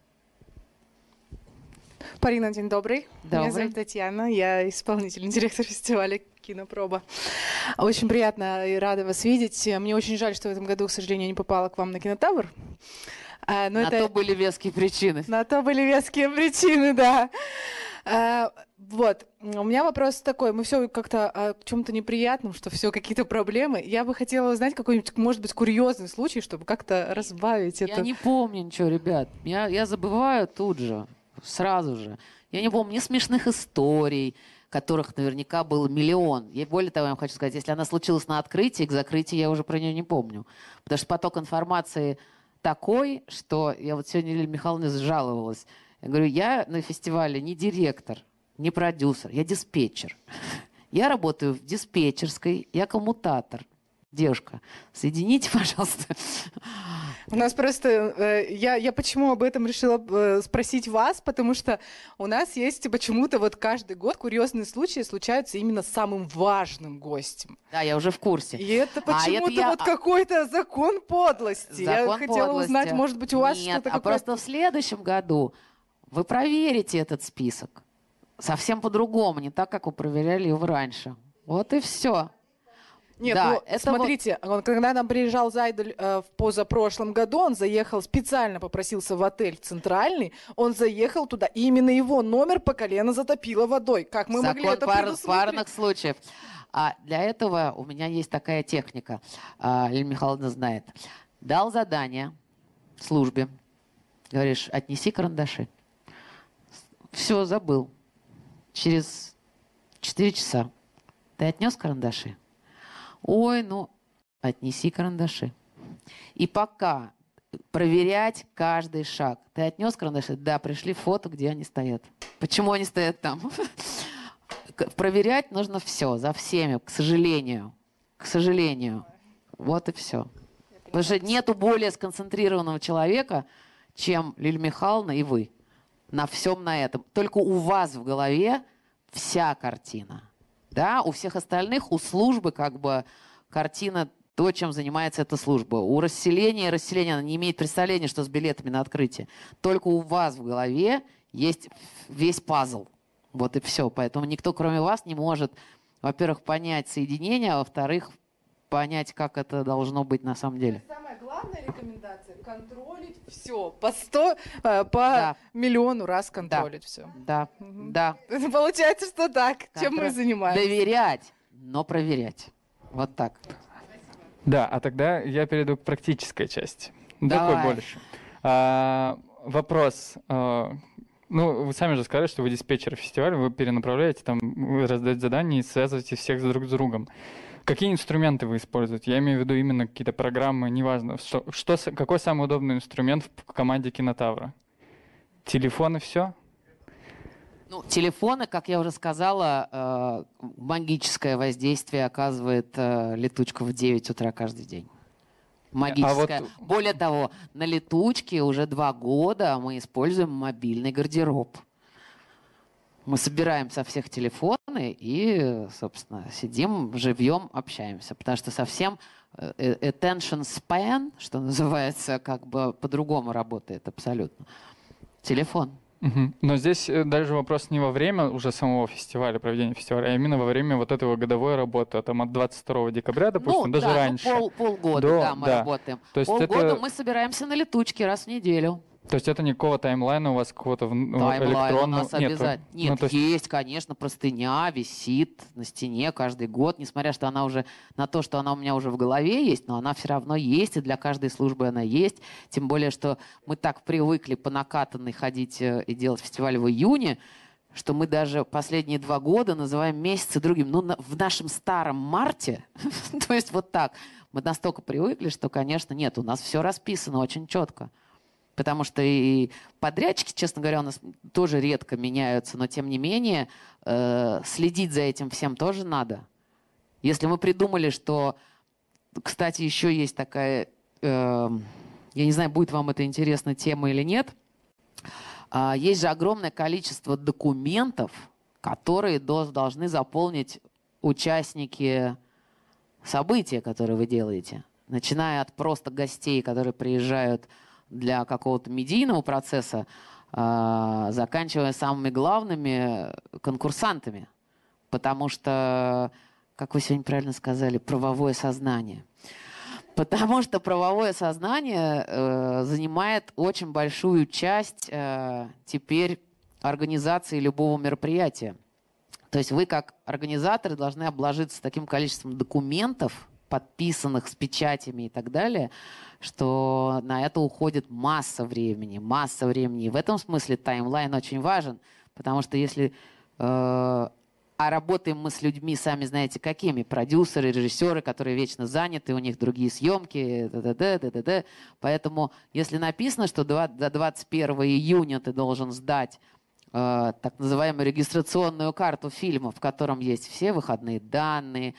Полина, день добрый. Добрый. Меня зовут Татьяна, я исполнительный директор фестиваля «Кинопроба». Очень приятно и рада вас видеть. Мне очень жаль, что в этом году, к сожалению, я не попала к вам на Кинотавр. То были веские причины. На то были веские причины, да. Вот, у меня вопрос такой. Мы все как-то о чем-то неприятном, что все какие-то проблемы. Я бы хотела узнать какой-нибудь, может быть, курьезный случай, чтобы как-то разбавить это. Я не помню ничего, ребят. Я забываю тут же, сразу же. Я не помню ни смешных историй, которых наверняка было миллион. И более того, я вам хочу сказать, если она случилась на открытии, к закрытию я уже про нее не помню. Потому что поток информации такой, что я вот сегодня Лилия Михайловна жаловалась. Я говорю, я на фестивале не директор, не продюсер, я диспетчер. Я работаю в диспетчерской, я коммутатор. Девушка, соедините, пожалуйста. У нас просто... Я почему об этом решила спросить вас, потому что у нас есть почему-то вот каждый год курьезные случаи случаются именно с самым важным гостем. Да, я уже в курсе. И это почему-то вот какой-то закон подлости. Я хотела узнать, может быть, у вас что-то какое-то... просто в следующем году вы проверите этот список совсем по-другому, не так, как вы проверяли его раньше. Вот и все. Нет, Да, ну, это смотрите, когда нам приезжал Зайдель в позапрошлом году, он заехал, специально попросился в отель в Центральный, он заехал туда, и именно его номер по колено затопило водой. Как мы могли Закон это предусмотреть? парных случаев. А для этого у меня есть такая техника. Лилия Михайловна знает. Дал задание службе. Говоришь, отнеси карандаши. Все, забыл. Через 4 часа. Ты отнес карандаши? Ой, ну, отнеси карандаши. И пока проверять каждый шаг. Ты отнес карандаши? Да, пришли фото, где они стоят. Почему они стоят там? Проверять нужно все, за всеми, к сожалению. К сожалению. Вот и все. Потому что нету более сконцентрированного человека, чем Лилия Михайловна и вы. На всем на этом. Только у вас в голове вся картина. Да, у всех остальных, у службы как бы картина, то, чем занимается эта служба. У расселения, она не имеет представления, что с билетами на открытие. Только у вас в голове есть весь пазл. Вот и все. Поэтому никто, кроме вас, не может, во-первых, понять соединение, а во-вторых, понять, как это должно быть на самом деле. Самая главная рекомендация — контролить все. По 100, по миллиону раз контролить все. Да, да. Получается, что так. Чем мы занимаемся? Доверять, но проверять. Вот так. Да, а тогда я перейду к практической части. Давай. Такой больше. Вопрос. Ну, вы сами же сказали, что вы диспетчер фестиваля, вы перенаправляете, там, вы раздаете задания и связываете всех друг с другом. Какие инструменты вы используете? Я имею в виду именно какие-то программы, неважно. Какой самый удобный инструмент в команде Кинотавра? Телефон и все? Ну, телефоны, как я уже сказала, магическое воздействие оказывает летучка в 9 утра каждый день. Магическое. Более того, на летучке уже 2 года мы используем мобильный гардероб. Мы собираем со всех телефоны и, собственно, сидим, живьем, общаемся. Потому что совсем attention span, что называется, как бы по-другому работает абсолютно. Телефон. Угу. Но здесь даже вопрос не во время уже самого фестиваля, проведения фестиваля, а именно во время вот этого годовой работы, там от 22 декабря, допустим, даже раньше. Полгода, мы работаем. То есть полгода мы собираемся на летучке раз в неделю. То есть это никакого таймлайна у вас какого-то электронного? У нас обязательно. Нет, ну, есть, конечно, простыня висит на стене каждый год, несмотря что она уже на то, что она у меня уже в голове есть, но она все равно есть, и для каждой службы она есть. Тем более, что мы так привыкли по накатанной ходить и делать фестиваль в июне, что мы даже последние 2 года называем месяцы другим. Ну, в нашем старом марте, то есть вот так, мы настолько привыкли, что, конечно, нет, у нас все расписано очень четко. Потому что и подрядчики, честно говоря, у нас тоже редко меняются, но тем не менее следить за этим всем тоже надо. Если мы придумали, что, кстати, еще есть такая, я не знаю, будет вам это интересна тема или нет, есть же огромное количество документов, которые должны заполнить участники события, которые вы делаете, начиная от просто гостей, которые приезжают для какого-то медийного процесса, заканчивая самыми главными конкурсантами. Потому что, как вы сегодня правильно сказали, правовое сознание. Потому что правовое сознание занимает очень большую часть теперь организации любого мероприятия. То есть вы, как организаторы, должны обложиться таким количеством документов, подписанных с печатями и так далее, что на это уходит масса времени, масса времени. И в этом смысле таймлайн очень важен, потому что если... а работаем мы с людьми, сами знаете, какими. Продюсеры, режиссеры, которые вечно заняты, у них другие съемки, т.д. Поэтому, если написано, что до 21 июня ты должен сдать так называемую регистрационную карту фильма, в котором есть все выходные данные,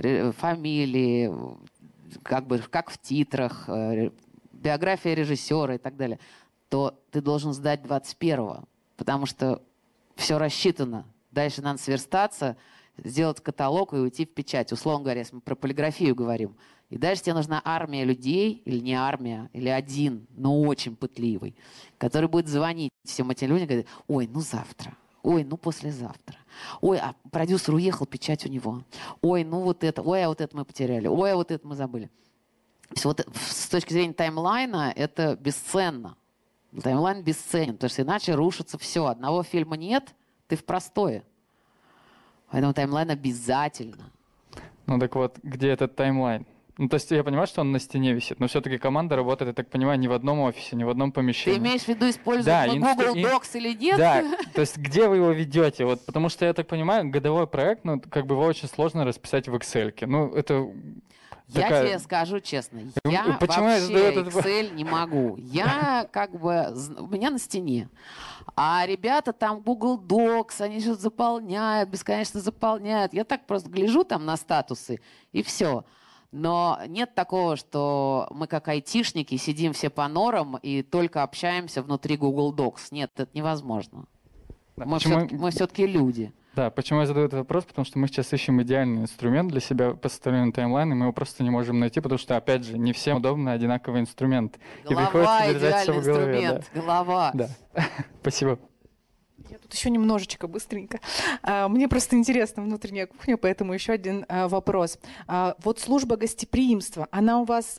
фамилии, как бы как в титрах, биография режиссера и так далее, то ты должен сдать 21-го, потому что все рассчитано. Дальше надо сверстаться, сделать каталог и уйти в печать. Условно говоря, если мы про полиграфию говорим. И дальше тебе нужна армия людей, или не армия, или один, но очень пытливый, который будет звонить всем этим людям и говорить: ой, ну завтра, Ой, ну послезавтра. Ой, а продюсер уехал, печать у него. Ой, ну вот это. Ой, а вот это мы потеряли. Ой, а вот это мы забыли. То есть вот с точки зрения таймлайна это бесценно. Таймлайн бесценен, потому что иначе рушится все. Одного фильма нет, ты в простое. Поэтому таймлайн обязательно. Ну так вот, где этот таймлайн? Ну, то есть я понимаю, что он на стене висит, но все-таки команда работает, я так понимаю, не в одном офисе, не в одном помещении. Ты имеешь в виду, использовать Да, мы Google Docs или нет? Да, то есть где вы его ведете? Вот, потому что я так понимаю, годовой проект, ну, как бы его очень сложно расписать в Excel. Ну, это Я такая... тебе скажу честно, Ну, я почему я задаю вообще этот Excel не могу. Я как бы, у меня на стене. А ребята там Google Docs, они что-то заполняют, бесконечно заполняют. Я так просто гляжу там на статусы, и все. Но нет такого, что мы как айтишники сидим все по норам и только общаемся внутри Google Docs. Нет, это невозможно. Да, Мы все-таки люди. Да, почему я задаю этот вопрос? Потому что мы сейчас ищем идеальный инструмент для себя по составлению таймлайна, и мы его просто не можем найти, потому что, опять же, не всем удобно одинаковый инструмент. Голова — идеальный инструмент. Да. Голова. Да. Спасибо. Я тут еще немножечко быстренько. Мне просто интересна внутренняя кухня, поэтому еще один вопрос. Вот служба гостеприимства, она у вас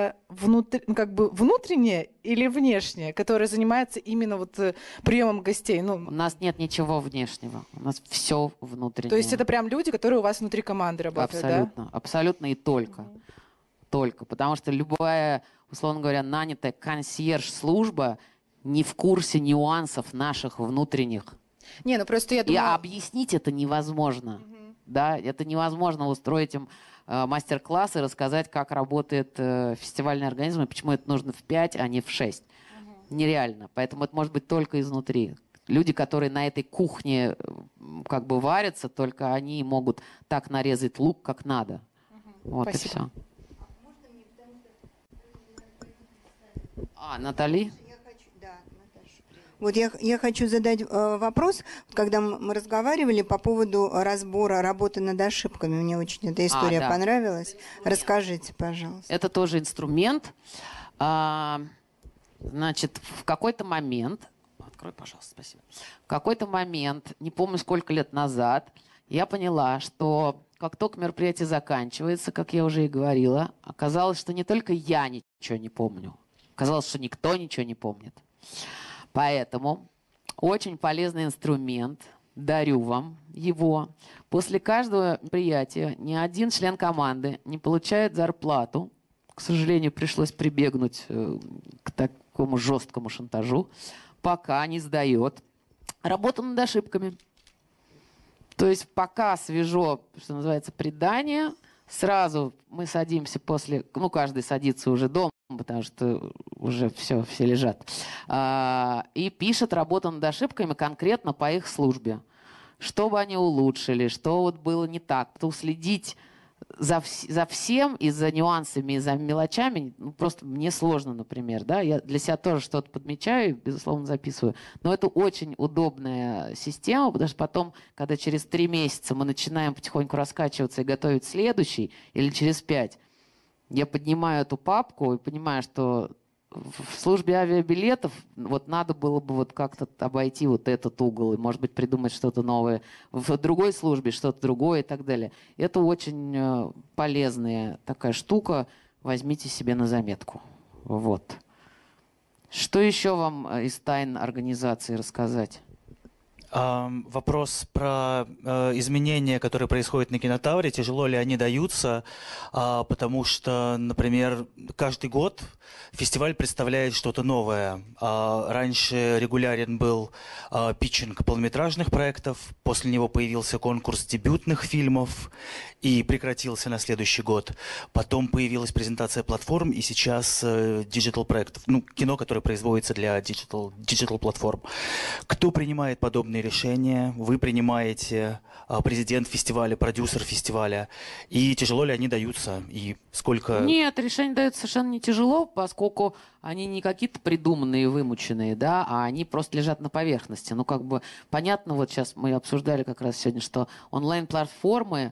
как бы внутренняя или внешняя, которая занимается именно вот приемом гостей? У Ну, нас нет ничего внешнего. У нас все внутреннее. то есть это прям люди, которые у вас внутри команды работают, Абсолютно. да? Абсолютно и только. Только. Потому что любая, условно говоря, нанятая консьерж-служба не в курсе нюансов наших внутренних. Не, ну просто я И думаю... объяснить это невозможно. Да, это невозможно устроить им мастер-класс и рассказать, как работает фестивальный организм и почему это нужно в 5, а не в 6. Нереально. Поэтому это может быть только изнутри. Люди, которые на этой кухне как бы варятся, только они могут так нарезать лук, как надо. Вот Спасибо. и все. Натали? Вот я хочу задать вопрос. Когда мы разговаривали по поводу разбора работы над ошибками, мне очень эта история да. понравилась. Расскажите, пожалуйста. Это тоже инструмент. Значит, в какой-то момент... Открой, пожалуйста, спасибо. В какой-то момент, не помню, сколько лет назад, я поняла, что как только мероприятие заканчивается, как я уже и говорила, оказалось, что не только я ничего не помню. Оказалось, что никто ничего не помнит. Поэтому очень полезный инструмент, дарю вам его. После каждого мероприятия ни один член команды не получает зарплату. К сожалению, пришлось прибегнуть к такому жесткому шантажу, пока не сдает работу над ошибками. То есть пока свежо, что называется, предание, сразу мы садимся после... Ну, каждый садится уже дома, потому что уже все лежат. И пишет работу над ошибками конкретно по их службе. Что бы они улучшили, что вот было не так. Потому что следить за всем и за нюансами, и за мелочами, ну, просто мне сложно, например. Да? Я для себя тоже что-то подмечаю, безусловно, записываю. Но это очень удобная система, потому что потом, когда через 3 месяца мы начинаем потихоньку раскачиваться и готовить следующий, или через 5, я поднимаю эту папку и понимаю, что в службе авиабилетов вот надо было бы вот как-то обойти вот этот угол и, может быть, придумать что-то новое. В другой службе что-то другое и так далее. Это очень полезная такая штука. Возьмите себе на заметку. Вот. Что еще вам из тайн организации рассказать? Вопрос про изменения, которые происходят на Кинотавре. Тяжело ли они даются? Потому что, например, каждый год фестиваль представляет что-то новое. Раньше регулярен был питчинг полнометражных проектов, после него появился конкурс дебютных фильмов и прекратился на следующий год. Потом появилась презентация платформ и сейчас диджитал проектов. Ну, кино, которое производится для диджитал платформ. Кто принимает подобные решения? Вы принимаете, президент фестиваля, продюсер фестиваля. И тяжело ли они даются? И сколько... Нет, решения даются совершенно не тяжело, поскольку они не какие-то придуманные, вымученные, да, а они просто лежат на поверхности. Ну, как бы понятно, вот сейчас мы обсуждали как раз сегодня, что онлайн-платформы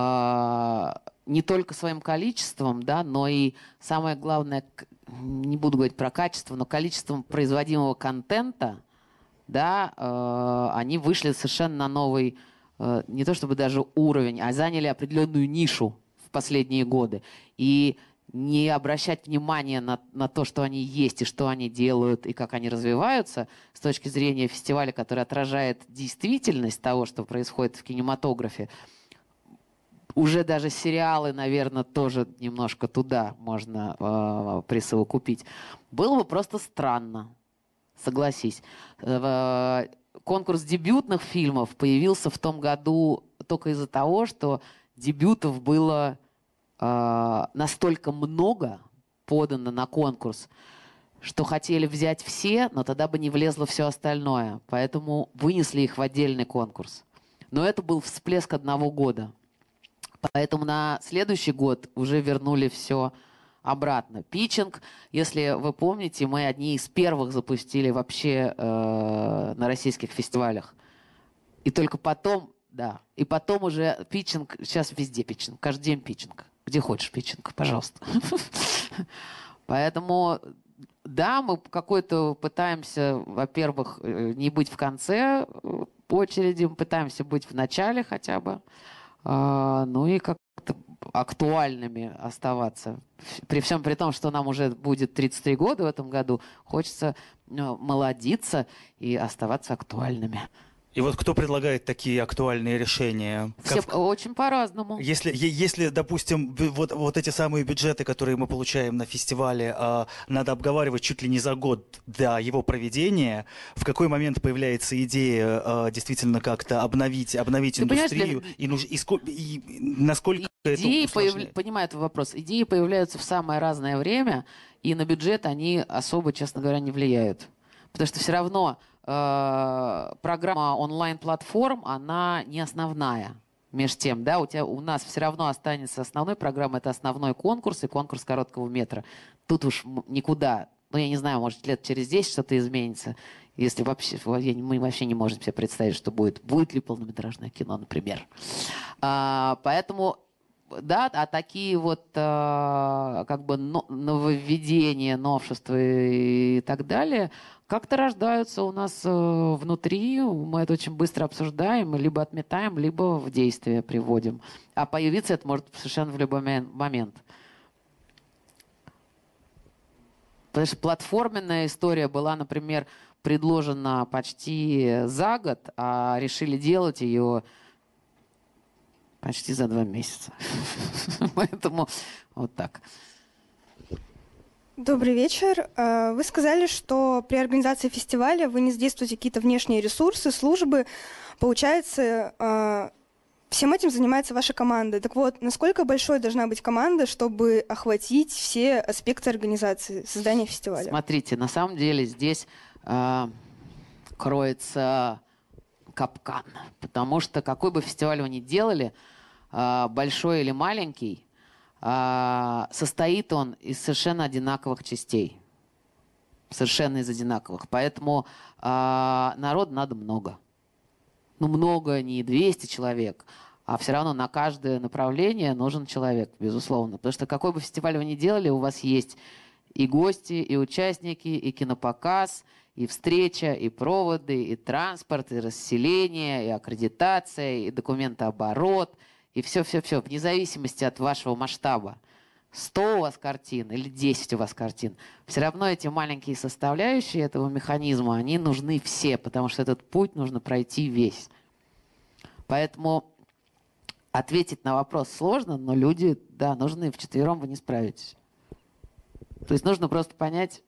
не только своим количеством, да, но и самое главное, не буду говорить про качество, но количеством производимого контента, да, они вышли совершенно на новый, не то чтобы даже уровень, а заняли определенную нишу в последние годы. И не обращать внимания на то, что они есть, и что они делают, и как они развиваются, с точки зрения фестиваля, который отражает действительность того, что происходит в кинематографе, уже даже сериалы, наверное, тоже немножко туда можно присовокупить. Было бы просто странно, согласись. Конкурс дебютных фильмов появился в том году только из-за того, что дебютов было настолько много подано на конкурс, что хотели взять все, но тогда бы не влезло все остальное. Поэтому вынесли их в отдельный конкурс. Но это был всплеск одного года. Поэтому на следующий год уже вернули все обратно. Питчинг, если вы помните, мы одни из первых запустили вообще на российских фестивалях. И только потом, да, и потом уже питчинг, сейчас везде питчинг, каждый день питчинг. Где хочешь питчинг, пожалуйста. Поэтому, да, мы какой-то пытаемся, во-первых, не быть в конце очереди, мы пытаемся быть в начале хотя бы, ну и как-то актуальными оставаться. При всем при том, что нам уже будет 33 года в этом году, хочется молодиться и оставаться актуальными. И вот кто предлагает такие актуальные решения? Все очень по-разному. Если, допустим, вот эти самые бюджеты, которые мы получаем на фестивале, надо обговаривать чуть ли не за год до его проведения, в какой момент появляется идея действительно как-то обновить индустрию, и насколько это усложняет? Понимаю этот вопрос. Идеи появляются в самое разное время, и на бюджет они особо, честно говоря, не влияют. Потому что все равно программа онлайн-платформ, она не основная. Между тем, да, у нас все равно останется основной программой, это основной конкурс и конкурс короткого метра. Тут уж никуда, ну, я не знаю, может, лет через 10 что-то изменится. Если вообще, мы вообще не можем себе представить, что будет ли полнометражное кино, например. Поэтому, да, а такие вот как бы нововведения, новшества и так далее как-то рождаются у нас внутри, мы это очень быстро обсуждаем, мы либо отметаем, либо в действие приводим. А появиться это может совершенно в любой момент. Потому что платформенная история была, например, предложена почти за год, а решили делать ее почти за 2 месяца. Поэтому вот так. Добрый вечер. Вы сказали, что при организации фестиваля вы не задействуете какие-то внешние ресурсы, службы. Получается, всем этим занимается ваша команда. Так вот, насколько большой должна быть команда, чтобы охватить все аспекты организации, создания фестиваля? Смотрите, на самом деле здесь кроется капкан. Потому что какой бы фестиваль вы ни делали, большой или маленький, состоит он из совершенно одинаковых частей. Совершенно из одинаковых. Поэтому народу надо много. Ну, много, не 200 человек, а все равно на каждое направление нужен человек, безусловно. Потому что какой бы фестиваль вы ни делали, у вас есть и гости, и участники, и кинопоказ, и встреча, и проводы, и транспорт, и расселение, и аккредитация, и документооборот, и все-все-все, вне зависимости от вашего масштаба. 100 у вас картин или 10 у вас картин. Все равно эти маленькие составляющие этого механизма, они нужны все, потому что этот путь нужно пройти весь. Поэтому ответить на вопрос сложно, но люди, да, нужны. Вчетвером вы не справитесь. То есть нужно просто понять...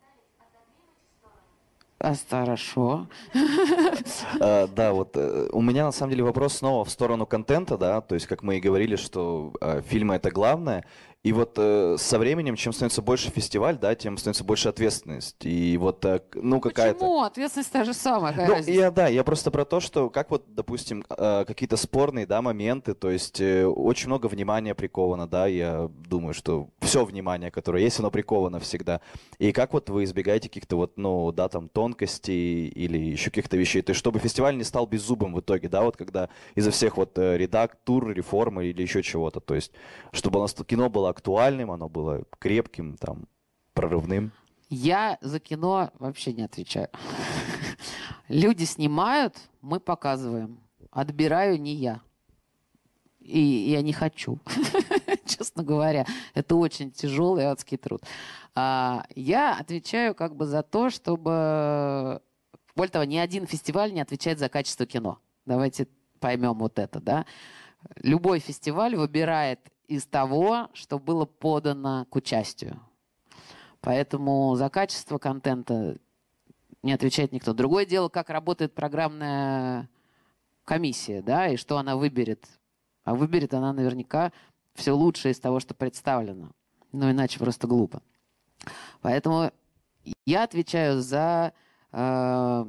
Хорошо. Да, вот у меня на самом деле вопрос снова в сторону контента, да, то есть как мы и говорили, что фильмы это главное, и вот со временем, чем становится больше фестиваль, да, тем становится больше ответственность, и вот, ну, какая-то... Почему? Ответственность та же самая, какая разница? Я просто про то, что как вот, допустим, какие-то спорные, да, моменты, то есть очень много внимания приковано, да, я думаю, что все внимание, которое есть, оно приковано всегда, и как вот вы избегаете каких-то вот, ну, да, там, тонкостей или еще каких-то вещей, то есть чтобы фестиваль не стал беззубым в итоге, да, вот когда из-за всех вот редактур, реформы или еще чего-то, то есть чтобы у нас кино было актуальным, оно было крепким, там, прорывным. Я за кино вообще не отвечаю. Люди снимают, мы показываем. Отбираю не я. И я не хочу, честно говоря. Это очень тяжелый адский труд. Я отвечаю как бы за то, чтобы... Более того, ни один фестиваль не отвечает за качество кино. Давайте поймем вот это, да. Любой фестиваль выбирает из того, что было подано к участию. Поэтому за качество контента не отвечает никто. Другое дело, как работает программная комиссия, да, и что она выберет. А выберет она наверняка все лучшее из того, что представлено. Ну, иначе просто глупо. Поэтому я отвечаю за то,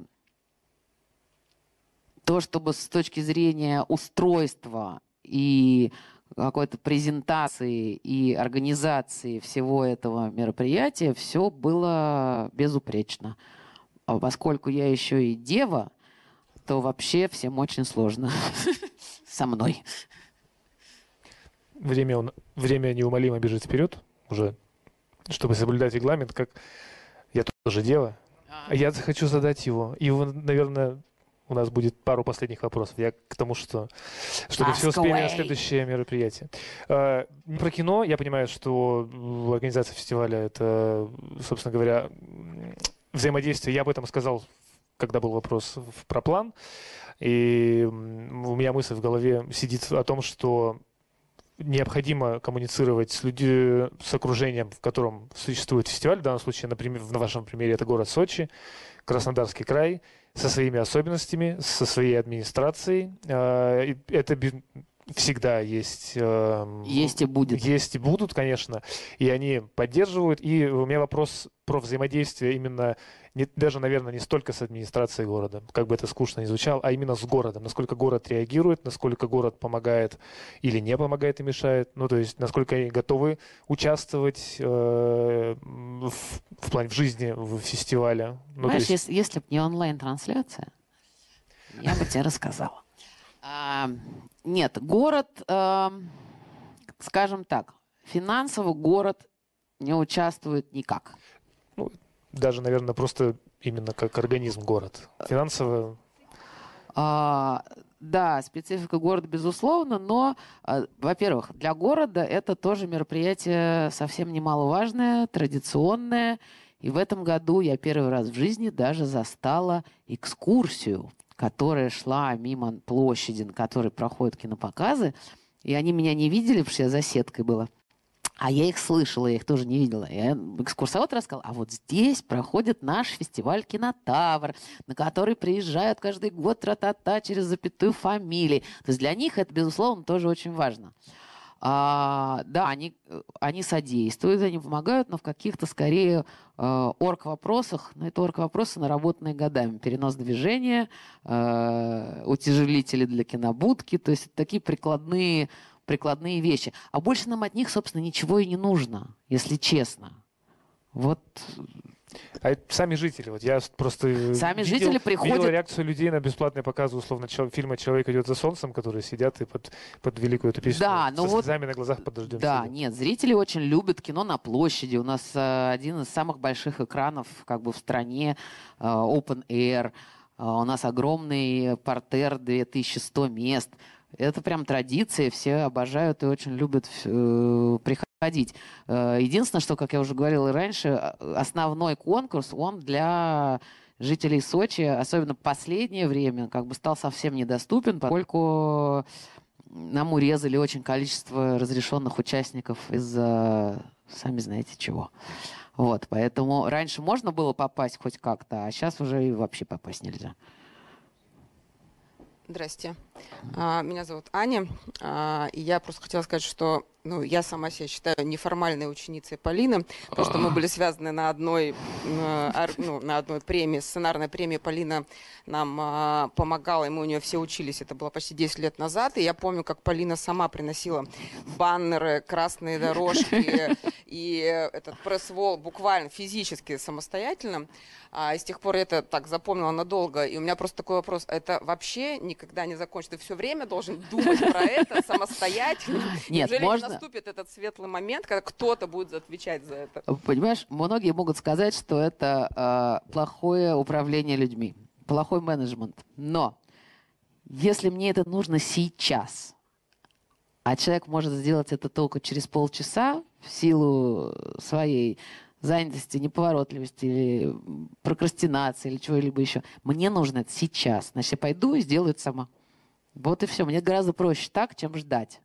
чтобы с точки зрения устройства и какой-то презентации и организации всего этого мероприятия все было безупречно. А поскольку я еще и дева, то вообще всем очень сложно со мной. Время неумолимо бежит вперед уже, чтобы соблюдать регламент, как я тоже дева. Я хочу задать его. И, наверное, у нас будет пару последних вопросов. Я к тому, чтобы все успели на следующее мероприятие. Про кино. Я понимаю, что организация фестиваля — это, собственно говоря, взаимодействие. Я об этом сказал, когда был вопрос про план. И у меня мысль в голове сидит о том, что необходимо коммуницировать с людьми, с окружением, в котором существует фестиваль. В данном случае, например, на вашем примере, это город Сочи, Краснодарский край, со своими особенностями, со своей администрацией. Это всегда есть. Есть и будет. Есть и будут, конечно. И они поддерживают. И у меня вопрос про взаимодействие именно даже, наверное, не столько с администрацией города, как бы это скучно ни звучало, а именно с городом. Насколько город реагирует, насколько город помогает или не помогает и мешает. Ну, то есть, насколько они готовы участвовать в жизни в фестивале. Ну, знаешь, если бы не онлайн-трансляция, я бы тебе рассказала. Нет, город, скажем так, финансово город не участвует никак. Ну, даже, наверное, просто именно как организм город. Финансово... Да, специфика города, безусловно, но, во-первых, для города это тоже мероприятие совсем немаловажное, традиционное. И в этом году я первый раз в жизни даже застала экскурсию, которая шла мимо площади, на которой проходят кинопоказы. И они меня не видели, потому что я за сеткой была. А я их слышала, я их тоже не видела. И экскурсовод рассказал, а вот здесь проходит наш фестиваль «Кинотавр», на который приезжают каждый год тра-та-та через запятую фамилии. То есть для них это, безусловно, тоже очень важно. Да, они содействуют, они помогают, но в каких-то, скорее, орг-вопросах, но это орг-вопросы, наработанные годами. Перенос движения, утяжелители для кинобудки, то есть такие прикладные вещи. А больше нам от них, собственно, ничего и не нужно, если честно. Вот. А сами жители, вот я просто жители приходят... видел реакцию людей на бесплатные показы, условно, фильма «Человек идет за солнцем», которые сидят и под великую эту песню со слезами на глазах под дождем. Да, сидят. Нет, зрители очень любят кино на площади. У нас один из самых больших экранов как бы в стране, Open Air. У нас огромный партер, 2100 мест. Это прям традиция, все обожают и очень любят приходить. Единственное, что, как я уже говорила и раньше, основной конкурс, он для жителей Сочи, особенно в последнее время, как бы стал совсем недоступен, поскольку нам урезали очень количество разрешенных участников из-за, сами знаете чего. Вот, поэтому раньше можно было попасть хоть как-то, а сейчас уже и вообще попасть нельзя. Здрасте. Меня зовут Аня. И я просто хотела сказать, что я сама себя считаю неформальной ученицей Полины, потому что мы были связаны на одной премии, сценарной премии. Полина нам помогала, и мы у нее все учились. Это было почти 10 лет назад. И я помню, как Полина сама приносила баннеры, красные дорожки и этот пресс-вол буквально физически самостоятельно. И с тех пор я это так запомнила надолго. И у меня просто такой вопрос. Это вообще никогда не закончится? Ты все время должен думать про это самостоятельно? Нет, неужели наступит этот светлый момент, когда кто-то будет отвечать за это? Понимаешь, многие могут сказать, что это плохое управление людьми. плохой менеджмент. Но если мне это нужно сейчас, а человек может сделать это только через полчаса в силу своей занятости, неповоротливости или прокрастинации или чего-либо еще, мне нужно это сейчас. Значит, я пойду и сделаю это сама. Вот и все. Мне гораздо проще так, чем ждать.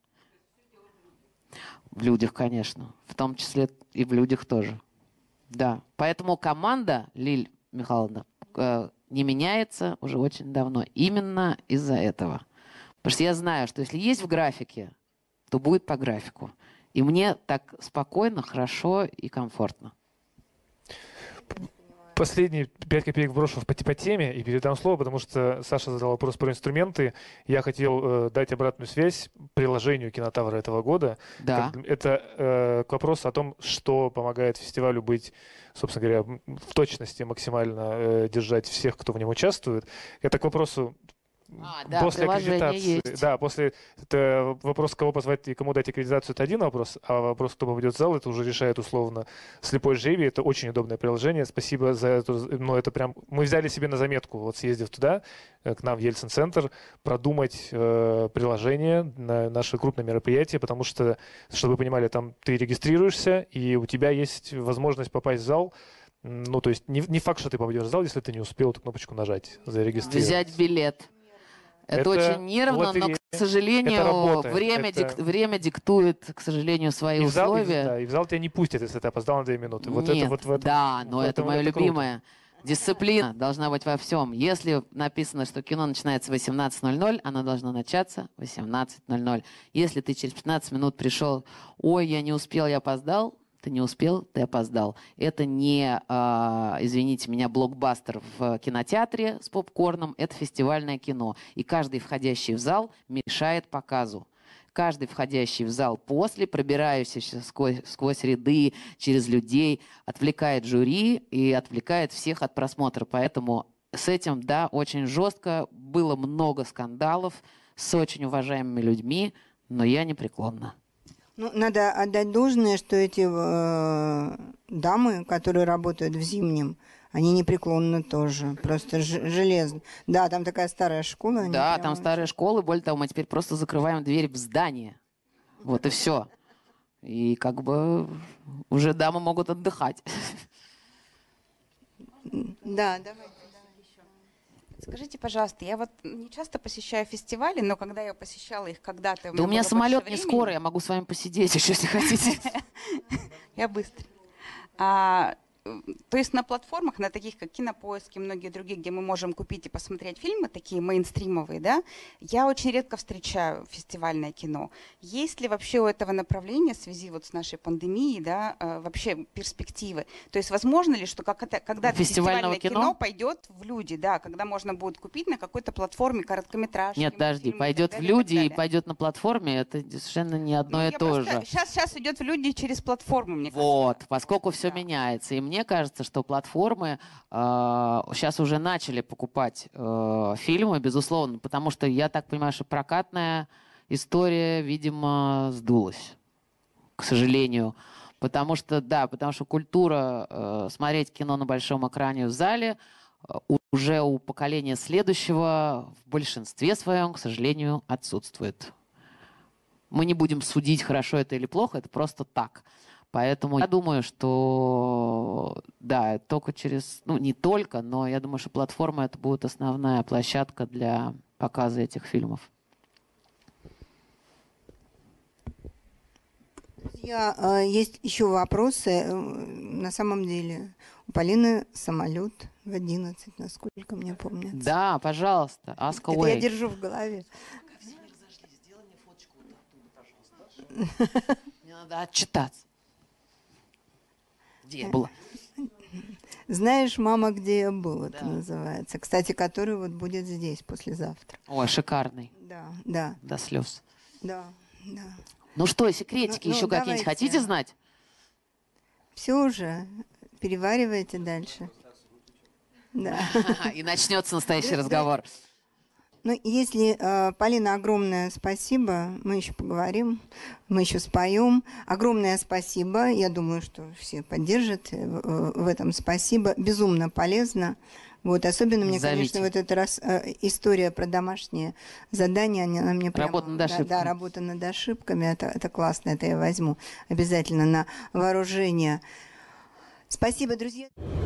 В людях, конечно. В том числе и в людях тоже. Да. Поэтому команда, Лиль Михайловна, не меняется уже очень давно. Именно из-за этого. Потому что я знаю, что если есть в графике, то будет по графику. И мне так спокойно, хорошо и комфортно. Последние 5 копеек брошу по теме и передам слово, потому что Саша задал вопрос про инструменты. Я хотел дать обратную связь приложению «Кинотавра» этого года. Да. Это к вопросу о том, что помогает фестивалю быть, собственно говоря, в точности максимально держать всех, кто в нем участвует. Это к вопросу да, после аккредитации. есть. Да, после это вопрос, кого позвать и кому дать аккредитацию, это один вопрос, а вопрос, кто попадет в зал, это уже решает условно слепой жребий. Это очень удобное приложение. Спасибо за это. Но это прям мы взяли себе на заметку, вот съездив туда, к нам в Ельцин-центр, продумать приложение на наше крупное мероприятие, потому что, чтобы вы понимали, там ты регистрируешься, и у тебя есть возможность попасть в зал. Ну, то есть не факт, что ты попадешь в зал, если ты не успел эту кнопочку нажать, зарегистрировать. Взять билет. Это очень нервно, но, к сожалению, время диктует, к сожалению, свои условия. И в зал тебя не пустят, если ты опоздал на 2 минуты. Но это мое любимое. Дисциплина должна быть во всем. Если написано, что кино начинается в 18:00, оно должно начаться в 18:00. Если ты через 15 минут пришел, ой, я не успел, я опоздал, ты не успел, ты опоздал. Это не, извините меня, блокбастер в кинотеатре с попкорном, это фестивальное кино. И каждый входящий в зал мешает показу. Каждый входящий в зал после, пробирающийся сквозь ряды, через людей, отвлекает жюри и отвлекает всех от просмотра. Поэтому с этим, да, очень жестко. Было много скандалов с очень уважаемыми людьми, но я непреклонна. Ну, надо отдать должное, что эти дамы, которые работают в Зимнем, они непреклонны тоже, просто железно. Да, там такая старая школа. Да, там старая школа, более того, мы теперь просто закрываем дверь в здание. Вот и все. И как бы уже дамы могут отдыхать. Да, давай. Скажите, пожалуйста, я вот не часто посещаю фестивали, но когда я посещала их когда-то... Да у меня самолет не скоро, я могу с вами посидеть еще, если хотите. Я быстро. То есть на платформах, на таких как Кинопоиск и многие другие, где мы можем купить и посмотреть фильмы, такие мейнстримовые, да, я очень редко встречаю фестивальное кино. Есть ли вообще у этого направления в связи вот с нашей пандемией, да, вообще перспективы? То есть возможно ли, что когда фестивальное кино пойдет в люди, да, когда можно будет купить на какой-то платформе короткометражки? Нет, подожди, пойдет в люди и пойдет на платформе, это совершенно не одно и то же. Сейчас идет в люди через платформу, мне кажется. Вот, поскольку все меняется, и мне кажется, что платформы сейчас уже начали покупать фильмы, безусловно, потому что я так понимаю, что прокатная история, видимо, сдулась, к сожалению. Потому что культура смотреть кино на большом экране в зале уже у поколения следующего в большинстве своем, к сожалению, отсутствует. Мы не будем судить, хорошо это или плохо, это просто так. Поэтому я думаю, что да, только через, не только, но я думаю, что платформа это будет основная площадка для показа этих фильмов. Есть еще вопросы. На самом деле у Полины самолет в 11, насколько мне помнится. Да, пожалуйста, ask away. Это я держу в голове. Пока все разошлись, сделай мне фоточку вот оттуда, пожалуйста. Мне надо отчитаться. Где я была? Знаешь, мама, где я был, это называется. Кстати, который вот будет здесь послезавтра. Ой, шикарный. Да. До слез. Да. Ну что, секретики еще какие-нибудь хотите знать? Все уже. Переваривайте дальше. Да. И начнется настоящий разговор. Ну, если, Полина, огромное спасибо. Мы еще поговорим, мы еще споем. Огромное спасибо. Я думаю, что все поддержат в этом. Спасибо. Безумно полезно Вот, особенно мне, Зовите. конечно, вот эта история про домашние задания, она мне прямо... Работа над Да, ошибками. работа над ошибками, это классно, это я возьму обязательно на вооружение. Спасибо, друзья.